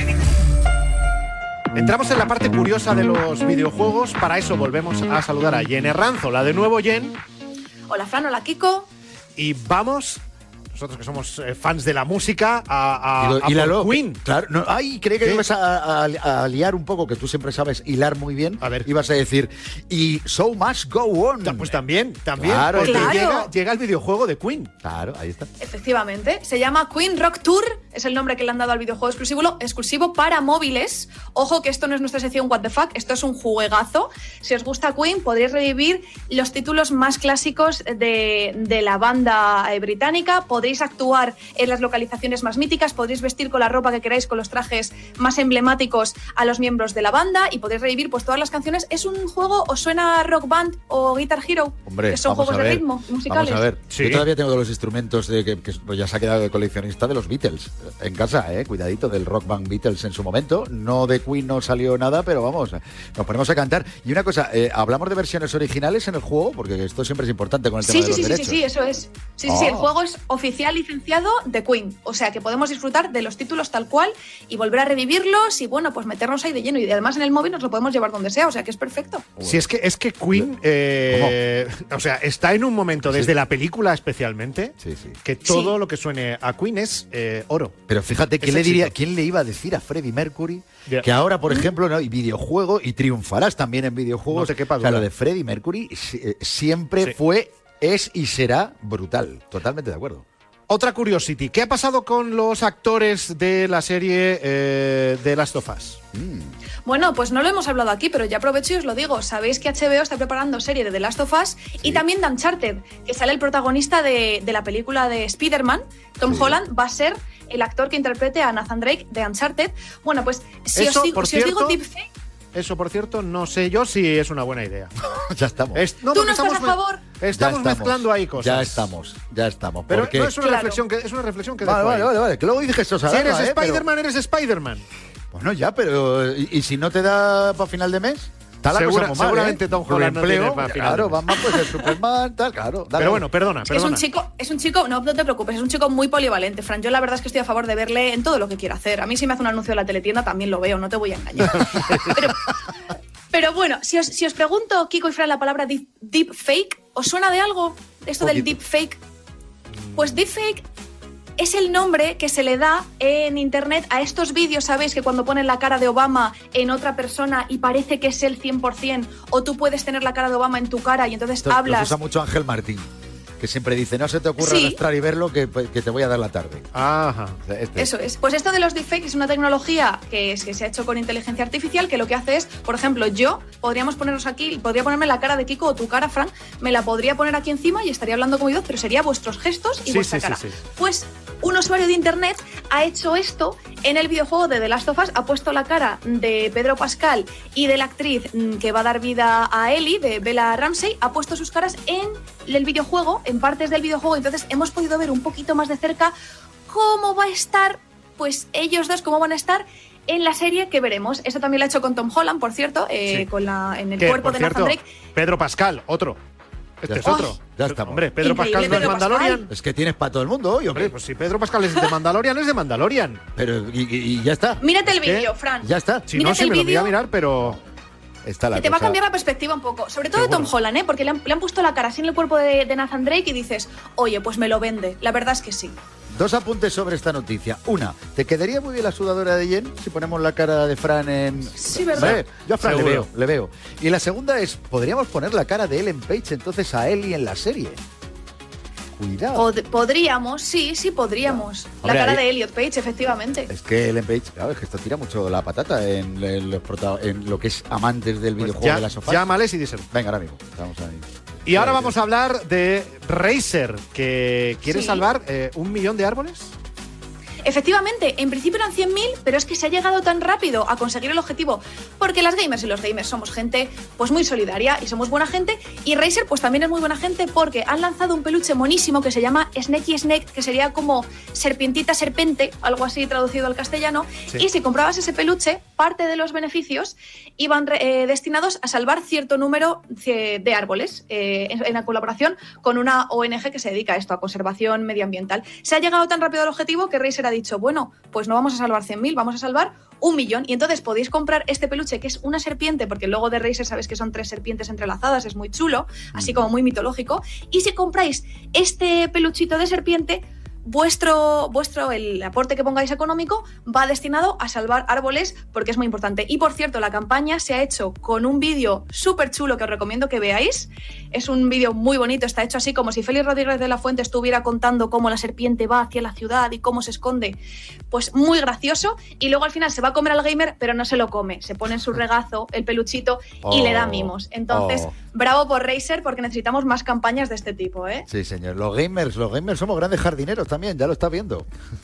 Entramos en la parte curiosa de los videojuegos. Para eso volvemos a saludar a Jen Herranzola. De nuevo, Jen. Hola, Fran. Hola, Kiko. Y vamos, nosotros que somos fans de la música, a por Queen. Claro, no, creí que ibas a liar un poco, que tú siempre sabes hilar muy bien. A ver. Ibas a decir, y So Must Go On. Pues también. Claro, porque claro. Llega el videojuego de Queen. Claro, ahí está. Efectivamente. Se llama Queen Rock Tour. Es el nombre que le han dado al videojuego exclusivo para móviles. Ojo que esto no es nuestra sección What the Fuck, esto es un juegazo. Si os gusta Queen, podréis revivir los títulos más clásicos de la banda británica. Podréis actuar en las localizaciones más míticas, podréis vestir con la ropa que queráis, con los trajes más emblemáticos a los miembros de la banda y podréis revivir pues todas las canciones. ¿Es un juego, os suena Rock Band o Guitar Hero? Hombre, que son juegos de ritmo musicales. Vamos a ver, sí. Yo todavía tengo los instrumentos que ya se ha quedado de coleccionista de los Beatles en casa, cuidadito, del Rock Band Beatles en su momento. No de Queen no salió nada, pero vamos, nos ponemos a cantar. Y una cosa, ¿hablamos de versiones originales en el juego? Porque esto siempre es importante con el tema de los derechos. Sí, eso es. Sí, el juego es oficial licenciado de Queen, o sea que podemos disfrutar de los títulos tal cual y volver a revivirlos y bueno, pues meternos ahí de lleno y además en el móvil nos lo podemos llevar donde sea, o sea que es perfecto. Sí, es que Queen, o sea, está en un momento, desde la película especialmente, que todo lo que suene a Queen es oro. Pero fíjate, ¿quién le iba a decir a Freddie Mercury que ahora, por ejemplo, ¿no? Y videojuego, y triunfarás también en videojuegos? No te quepa duda. O sea, lo de Freddie Mercury siempre fue, es y será brutal. Totalmente de acuerdo. Otra curiosity, ¿qué ha pasado con los actores de la serie de Last of Us? Bueno, pues no lo hemos hablado aquí, pero ya aprovecho y os lo digo. Sabéis que HBO está preparando serie de The Last of Us y también de Uncharted, que sale el protagonista de la película de Spider-Man. Tom Holland va a ser el actor que interprete a Nathan Drake de Uncharted. Bueno, pues si os digo deepfake... Eso, por cierto, no sé yo si es una buena idea. Ya estamos. ¿Tú no estás a favor? Estamos mezclando ahí cosas. Ya estamos. Pero porque... no es una reflexión que Vale. Que luego dices eso. Si eres Spider-Man, eres Spider-Man. Bueno, ya, pero ¿y si no te da para final de mes? Seguramente Tom Holland no tiene para final. Claro, Batman pues es Superman, tal, claro. Dale. Pero bueno, perdona. Es un chico, no te preocupes, es un chico muy polivalente, Fran. Yo la verdad es que estoy a favor de verle en todo lo que quiera hacer. A mí si me hace un anuncio de la teletienda también lo veo, no te voy a engañar. Pero bueno, si os pregunto, Kiko y Fran, la palabra deepfake, ¿os suena de algo esto del deepfake? Pues deepfake es el nombre que se le da en internet a estos vídeos, ¿sabéis? Que cuando ponen la cara de Obama en otra persona y parece que es el 100%, o tú puedes tener la cara de Obama en tu cara y entonces hablas... Los usa mucho Ángel Martín. que siempre dice, no se te ocurra arrastrar y verlo, que te voy a dar la tarde. Ajá. Eso es. Pues esto de los deepfakes es una tecnología que se ha hecho con inteligencia artificial, que lo que hace es, por ejemplo, podríamos ponernos aquí, podría ponerme la cara de Kiko o tu cara, Fran, me la podría poner aquí encima y estaría hablando como yo, pero sería vuestros gestos y vuestra cara. Sí. Pues un usuario de internet ha hecho esto en el videojuego de The Last of Us, ha puesto la cara de Pedro Pascal y de la actriz que va a dar vida a Ellie, de Bella Ramsey, ha puesto sus caras en el videojuego, en partes del videojuego, entonces hemos podido ver un poquito más de cerca cómo va a estar, pues ellos dos, cómo van a estar en la serie que veremos. Esto también lo ha hecho con Tom Holland, por cierto, en el cuerpo de Nathan Drake. Pedro Pascal, otro. Este es otro. Ya estamos. Hombre, Pedro Pascal no es Mandalorian. Es que tienes para todo el mundo hoy, hombre. Pues si Pedro Pascal es de Mandalorian, es de Mandalorian. Pero, y ya está. Mírate el vídeo, Fran. Ya está. Si no, sí me lo voy a mirar, pero... Está la que te va a cambiar la perspectiva un poco. Sobre todo de Tom Holland, porque le han puesto la cara así en el cuerpo de Nathan Drake y dices, oye, pues me lo vende. La verdad es que sí. 2 apuntes sobre esta noticia. Una, ¿te quedaría muy bien la sudadora de Jen si ponemos la cara de Fran en...? Sí, ¿verdad? Yo a Fran le veo. Y la segunda es, ¿podríamos poner la cara de Ellen Page entonces a Ellie en la serie? Cuidado. Podríamos, sí, podríamos. La cara de Elliot Page, efectivamente. Es que Ellen Page, claro, es que esto tira mucho la patata en lo que es amantes del videojuego de las sofás. Llámales y díselo. Venga, ahora mismo. Vamos ahí. Y ahora vamos a hablar de Razer, que quiere salvar 1 millón de árboles. Efectivamente, en principio eran 100.000, pero es que se ha llegado tan rápido a conseguir el objetivo, porque las gamers y los gamers somos gente pues muy solidaria y somos buena gente, y Razer pues también es muy buena gente porque han lanzado un peluche monísimo que se llama Snakey Snake, que sería como serpientita serpente, algo así traducido al castellano, y si comprabas ese peluche, parte de los beneficios iban destinados a salvar cierto número de árboles en la colaboración con una ONG que se dedica a esto, a conservación medioambiental. Se ha llegado tan rápido al objetivo que Razer ha dicho, bueno, pues no vamos a salvar 100.000, vamos a salvar 1 millón. Y entonces podéis comprar este peluche, que es una serpiente, porque el logo de Razer sabes que son 3 serpientes entrelazadas, es muy chulo, así como muy mitológico. Y si compráis este peluchito de serpiente, el aporte que pongáis económico va destinado a salvar árboles, porque es muy importante. Y por cierto, la campaña se ha hecho con un vídeo súper chulo que os recomiendo que veáis. Es un vídeo muy bonito, está hecho así como si Félix Rodríguez de la Fuente estuviera contando cómo la serpiente va hacia la ciudad y cómo se esconde. Pues muy gracioso. Y luego al final se va a comer al gamer, pero no se lo come. Se pone en su regazo el peluchito y le da mimos. Entonces, bravo por Razer, porque necesitamos más campañas de este tipo, ¿eh? Sí, señor. Los gamers somos grandes jardineros también, ya lo estás viendo.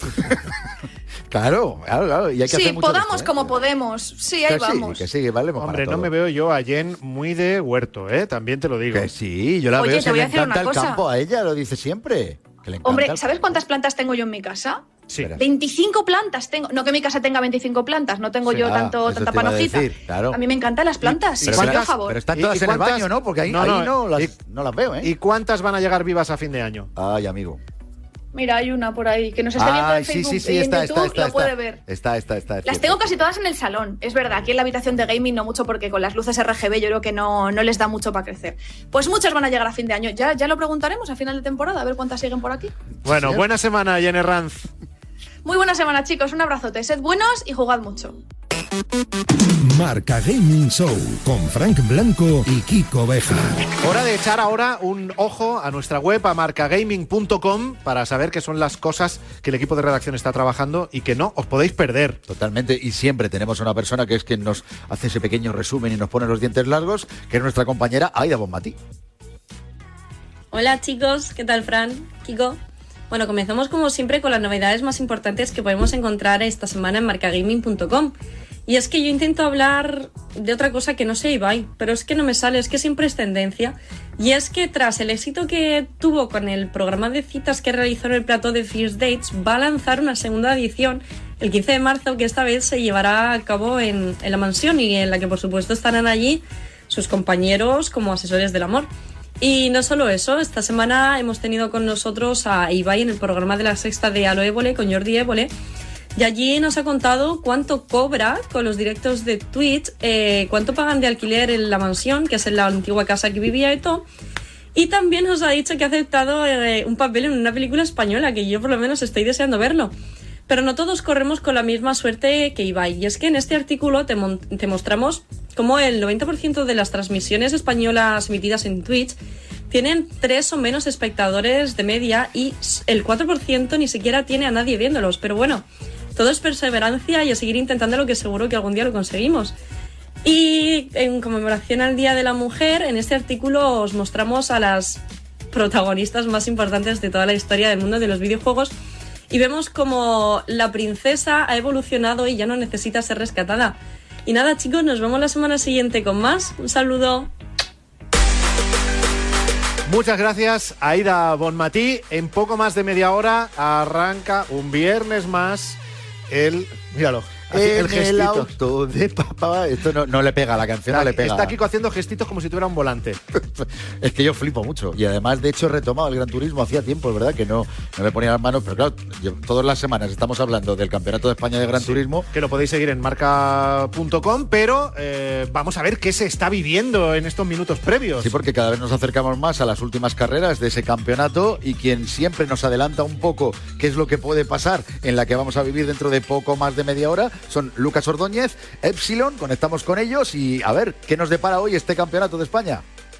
Claro. Y hay que hacer mucho podamos como podemos. Sí, ahí vamos. Que sí, valemos. Hombre, para no me veo yo a Jen muy de huerto, también te lo digo. Que sí, yo la veo, te voy le a decir encanta una el cosa. campo a ella, lo dice siempre. Que le encanta. Hombre, ¿sabes cuántas plantas tengo yo en mi casa? Sí. 25 plantas tengo. No que mi casa tenga 25 plantas, no tengo yo tanta panojita. Claro. A mí me encantan las plantas. Pero están todas en el baño, ¿no? Porque ahí no las veo, ¿eh? ¿Y cuántas van a llegar vivas a fin de año? Ay, amigo. Mira, hay una por ahí que nos está viendo en Facebook y en YouTube, lo puede ver. Está. Las tengo casi todas en el salón. Es verdad, aquí en la habitación de gaming no mucho, porque con las luces RGB yo creo que no les da mucho para crecer. Pues muchas van a llegar a fin de año. Ya lo preguntaremos a final de temporada, a ver cuántas siguen por aquí. Bueno, buena semana, Jen Herranz. Muy buena semana, chicos. Un abrazote. Sed buenos y jugad mucho. Marca Gaming Show con Frank Blanco y Kiko Bejar. Hora de echar ahora un ojo a nuestra web, a marcagaming.com, para saber qué son las cosas que el equipo de redacción está trabajando y que no os podéis perder. Totalmente, y siempre tenemos una persona que es quien nos hace ese pequeño resumen y nos pone los dientes largos, que es nuestra compañera Aida Bonmatí. Hola chicos, ¿qué tal Fran? Kiko. Bueno, comenzamos como siempre con las novedades más importantes que podemos encontrar esta semana en marcagaming.com. Y es que yo intento hablar de otra cosa que no sé Ibai, pero es que no me sale, es que siempre es tendencia. Y es que tras el éxito que tuvo con el programa de citas que realizó en el plató de First Dates, va a lanzar una segunda edición el 15 de marzo, que esta vez se llevará a cabo en la mansión, y en la que por supuesto estarán allí sus compañeros como asesores del amor. Y no solo eso, esta semana hemos tenido con nosotros a Ibai en el programa de La Sexta de Alo Évole con Jordi Évole. Y allí nos ha contado cuánto cobra con los directos de Twitch, cuánto pagan de alquiler en la mansión, que es en la antigua casa que vivía y todo. Y también nos ha dicho que ha aceptado un papel en una película española, que yo por lo menos estoy deseando verlo. Pero no todos corremos con la misma suerte que Ibai. Y es que en este artículo te mostramos cómo el 90% de las transmisiones españolas emitidas en Twitch tienen 3 o menos espectadores de media y el 4% ni siquiera tiene a nadie viéndolos. Pero bueno, todo es perseverancia y a seguir intentándolo, que seguro que algún día lo conseguimos. Y en conmemoración al Día de la Mujer, en este artículo os mostramos a las protagonistas más importantes de toda la historia del mundo de los videojuegos y vemos como la princesa ha evolucionado y ya no necesita ser rescatada. Y nada, chicos, nos vemos la semana siguiente con más. Un saludo. Muchas gracias, Aida Bonmatí. En poco más de media hora arranca un viernes más míralo, el gestito. El auto de papá. Esto no le pega a la canción, no le pega. Está Kiko haciendo gestitos como si tuviera un volante. Es que yo flipo mucho. Y además, de hecho, he retomado el Gran Turismo hacía tiempo, es verdad, que no me ponía las manos. Pero claro, todas las semanas estamos hablando del Campeonato de España de Gran Turismo. Que lo podéis seguir en marca.com, pero vamos a ver qué se está viviendo en estos minutos previos. Sí, porque cada vez nos acercamos más a las últimas carreras de ese campeonato y quien siempre nos adelanta un poco qué es lo que puede pasar en la que vamos a vivir dentro de poco más de media hora son Lucas Ordóñez, Epsilon. Conectamos con ellos y a ver qué nos depara hoy este Campeonato de España.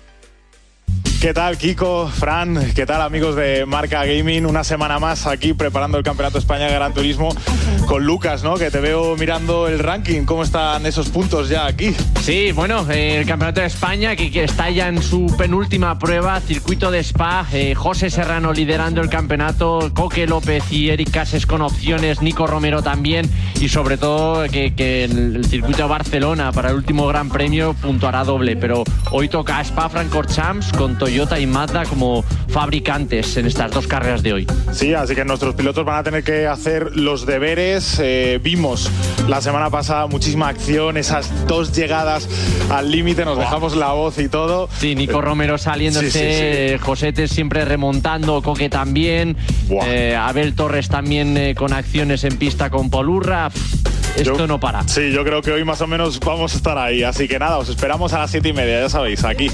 ¿Qué tal, Kiko, Fran? ¿Qué tal, amigos de Marca Gaming? Una semana más aquí preparando el Campeonato de España de Gran Turismo con Lucas, ¿no? Que te veo mirando el ranking. ¿Cómo están esos puntos ya aquí? Sí, bueno, el Campeonato de España que está ya en su penúltima prueba, circuito de Spa. José Serrano liderando el campeonato, Coque López y Eric Cases con opciones, Nico Romero también, y sobre todo que el circuito de Barcelona para el último Gran Premio puntuará doble. Pero hoy toca Spa-Francorchamps con Toyota y Mazda como fabricantes en estas dos carreras de hoy. Sí, así que nuestros pilotos van a tener que hacer los deberes. Vimos la semana pasada muchísima acción, esas 2 llegadas al límite, nos dejamos la voz y todo. Sí, Nico Romero saliéndose, sí. Josete siempre remontando, Coque también, Abel Torres también con acciones en pista con Polurra. Esto no para. Sí, yo creo que hoy más o menos vamos a estar ahí, así que nada, os esperamos a las 7:30, ya sabéis, aquí.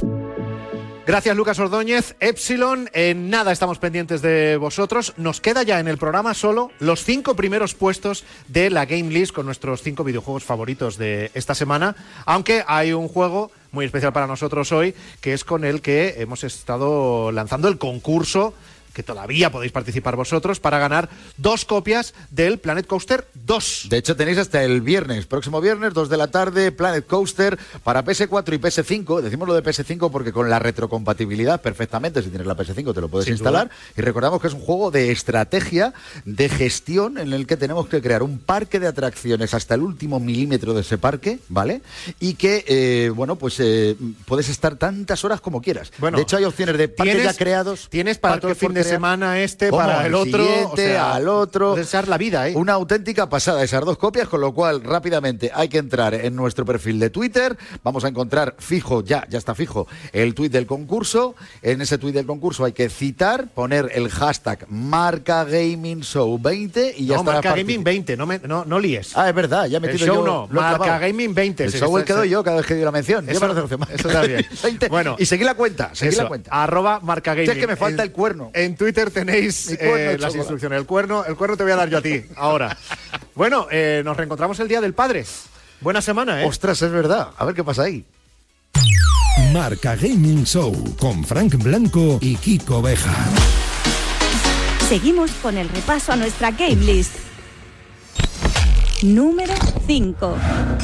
Gracias, Lucas Ordóñez. Epsilon, en nada estamos pendientes de vosotros. Nos queda ya en el programa solo los 5 primeros puestos de la Game List con nuestros 5 videojuegos favoritos de esta semana, aunque hay un juego muy especial para nosotros hoy, que es con el que hemos estado lanzando el concurso, que todavía podéis participar vosotros, para ganar 2 copias del Planet Coaster 2. De hecho, tenéis hasta el próximo viernes, 2 de la tarde, Planet Coaster para PS4 y PS5. Decimos lo de PS5 porque con la retrocompatibilidad perfectamente, si tienes la PS5 te lo puedes instalar. Y recordamos que es un juego de estrategia, de gestión, en el que tenemos que crear un parque de atracciones hasta el último milímetro de ese parque, ¿vale? Y que, puedes estar tantas horas como quieras. Bueno, de hecho, hay opciones de parques ya creados. Tienes para todo el fin de semana para el otro, siguiente, al otro. Desear la vida, Una auténtica pasada esas 2 copias, con lo cual rápidamente hay que entrar en nuestro perfil de Twitter. Vamos a encontrar fijo, ya está fijo, el tuit del concurso. En ese tuit del concurso hay que citar, poner el hashtag MarcaGamingShow20 y ya está. Marca Gaming 20, no líes. Es verdad, ya he metido yo. No, Marca Gaming 20. El show quedo yo cada vez que doy la mención. Eso está bien. 20. Bueno, y seguí la cuenta, @marcagaming. Es que me falta el cuerno. En Twitter tenéis las instrucciones. El cuerno te voy a dar yo a ti ahora. Bueno, nos reencontramos el Día del Padre. Buena semana, Ostras, es verdad. A ver qué pasa ahí. Marca Gaming Show con Frank Blanco y Kiko Bejar. Seguimos con el repaso a nuestra Game List. Número 5.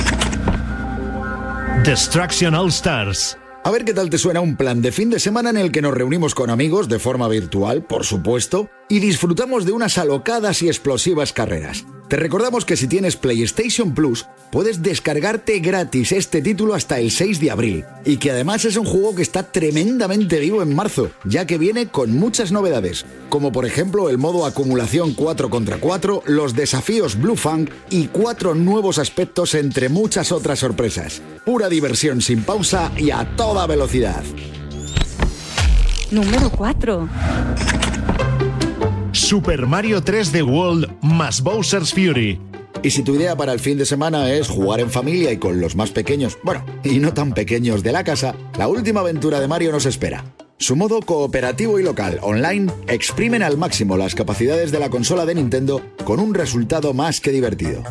Destruction All Stars. A ver qué tal te suena un plan de fin de semana en el que nos reunimos con amigos de forma virtual, por supuesto, y disfrutamos de unas alocadas y explosivas carreras. Te recordamos que si tienes PlayStation Plus, puedes descargarte gratis este título hasta el 6 de abril, y que además es un juego que está tremendamente vivo en marzo, ya que viene con muchas novedades, como por ejemplo el modo acumulación 4 contra 4, los desafíos Blue Fang y 4 nuevos aspectos, entre muchas otras sorpresas. Pura diversión sin pausa y a toda velocidad. Número 4. Super Mario 3D World más Bowser's Fury. Y si tu idea para el fin de semana es jugar en familia y con los más pequeños, y no tan pequeños de la casa, la última aventura de Mario nos espera. Su modo cooperativo y local online exprimen al máximo las capacidades de la consola de Nintendo con un resultado más que divertido.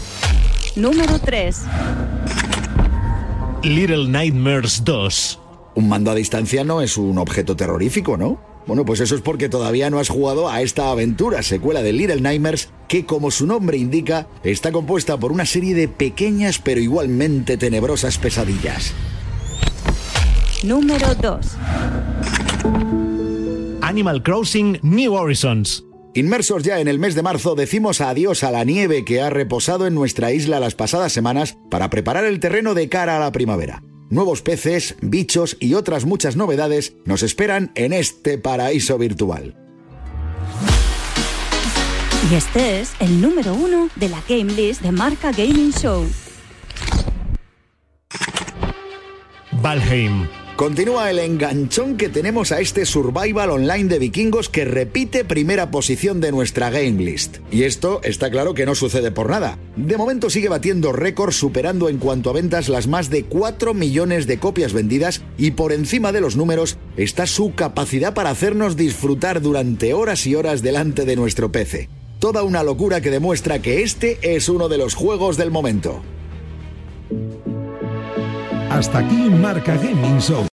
Número 3. Little Nightmares 2. Un mando a distancia no es un objeto terrorífico, ¿no? Bueno, pues eso es porque todavía no has jugado a esta aventura, secuela de Little Nightmares, que como su nombre indica, está compuesta por una serie de pequeñas pero igualmente tenebrosas pesadillas. Número 2. Animal Crossing New Horizons. Inmersos ya en el mes de marzo, decimos adiós a la nieve que ha reposado en nuestra isla las pasadas semanas para preparar el terreno de cara a la primavera. Nuevos peces, bichos y otras muchas novedades nos esperan en este paraíso virtual. Y este es el número 1 de la Game List de Marca Gaming Show. Valheim. Continúa el enganchón que tenemos a este survival online de vikingos que repite primera posición de nuestra Game List. Y esto está claro que no sucede por nada. De momento sigue batiendo récords, superando en cuanto a ventas las más de 4 millones de copias vendidas, y por encima de los números está su capacidad para hacernos disfrutar durante horas y horas delante de nuestro PC. Toda una locura que demuestra que este es uno de los juegos del momento. Hasta aquí Marca Gaming Show.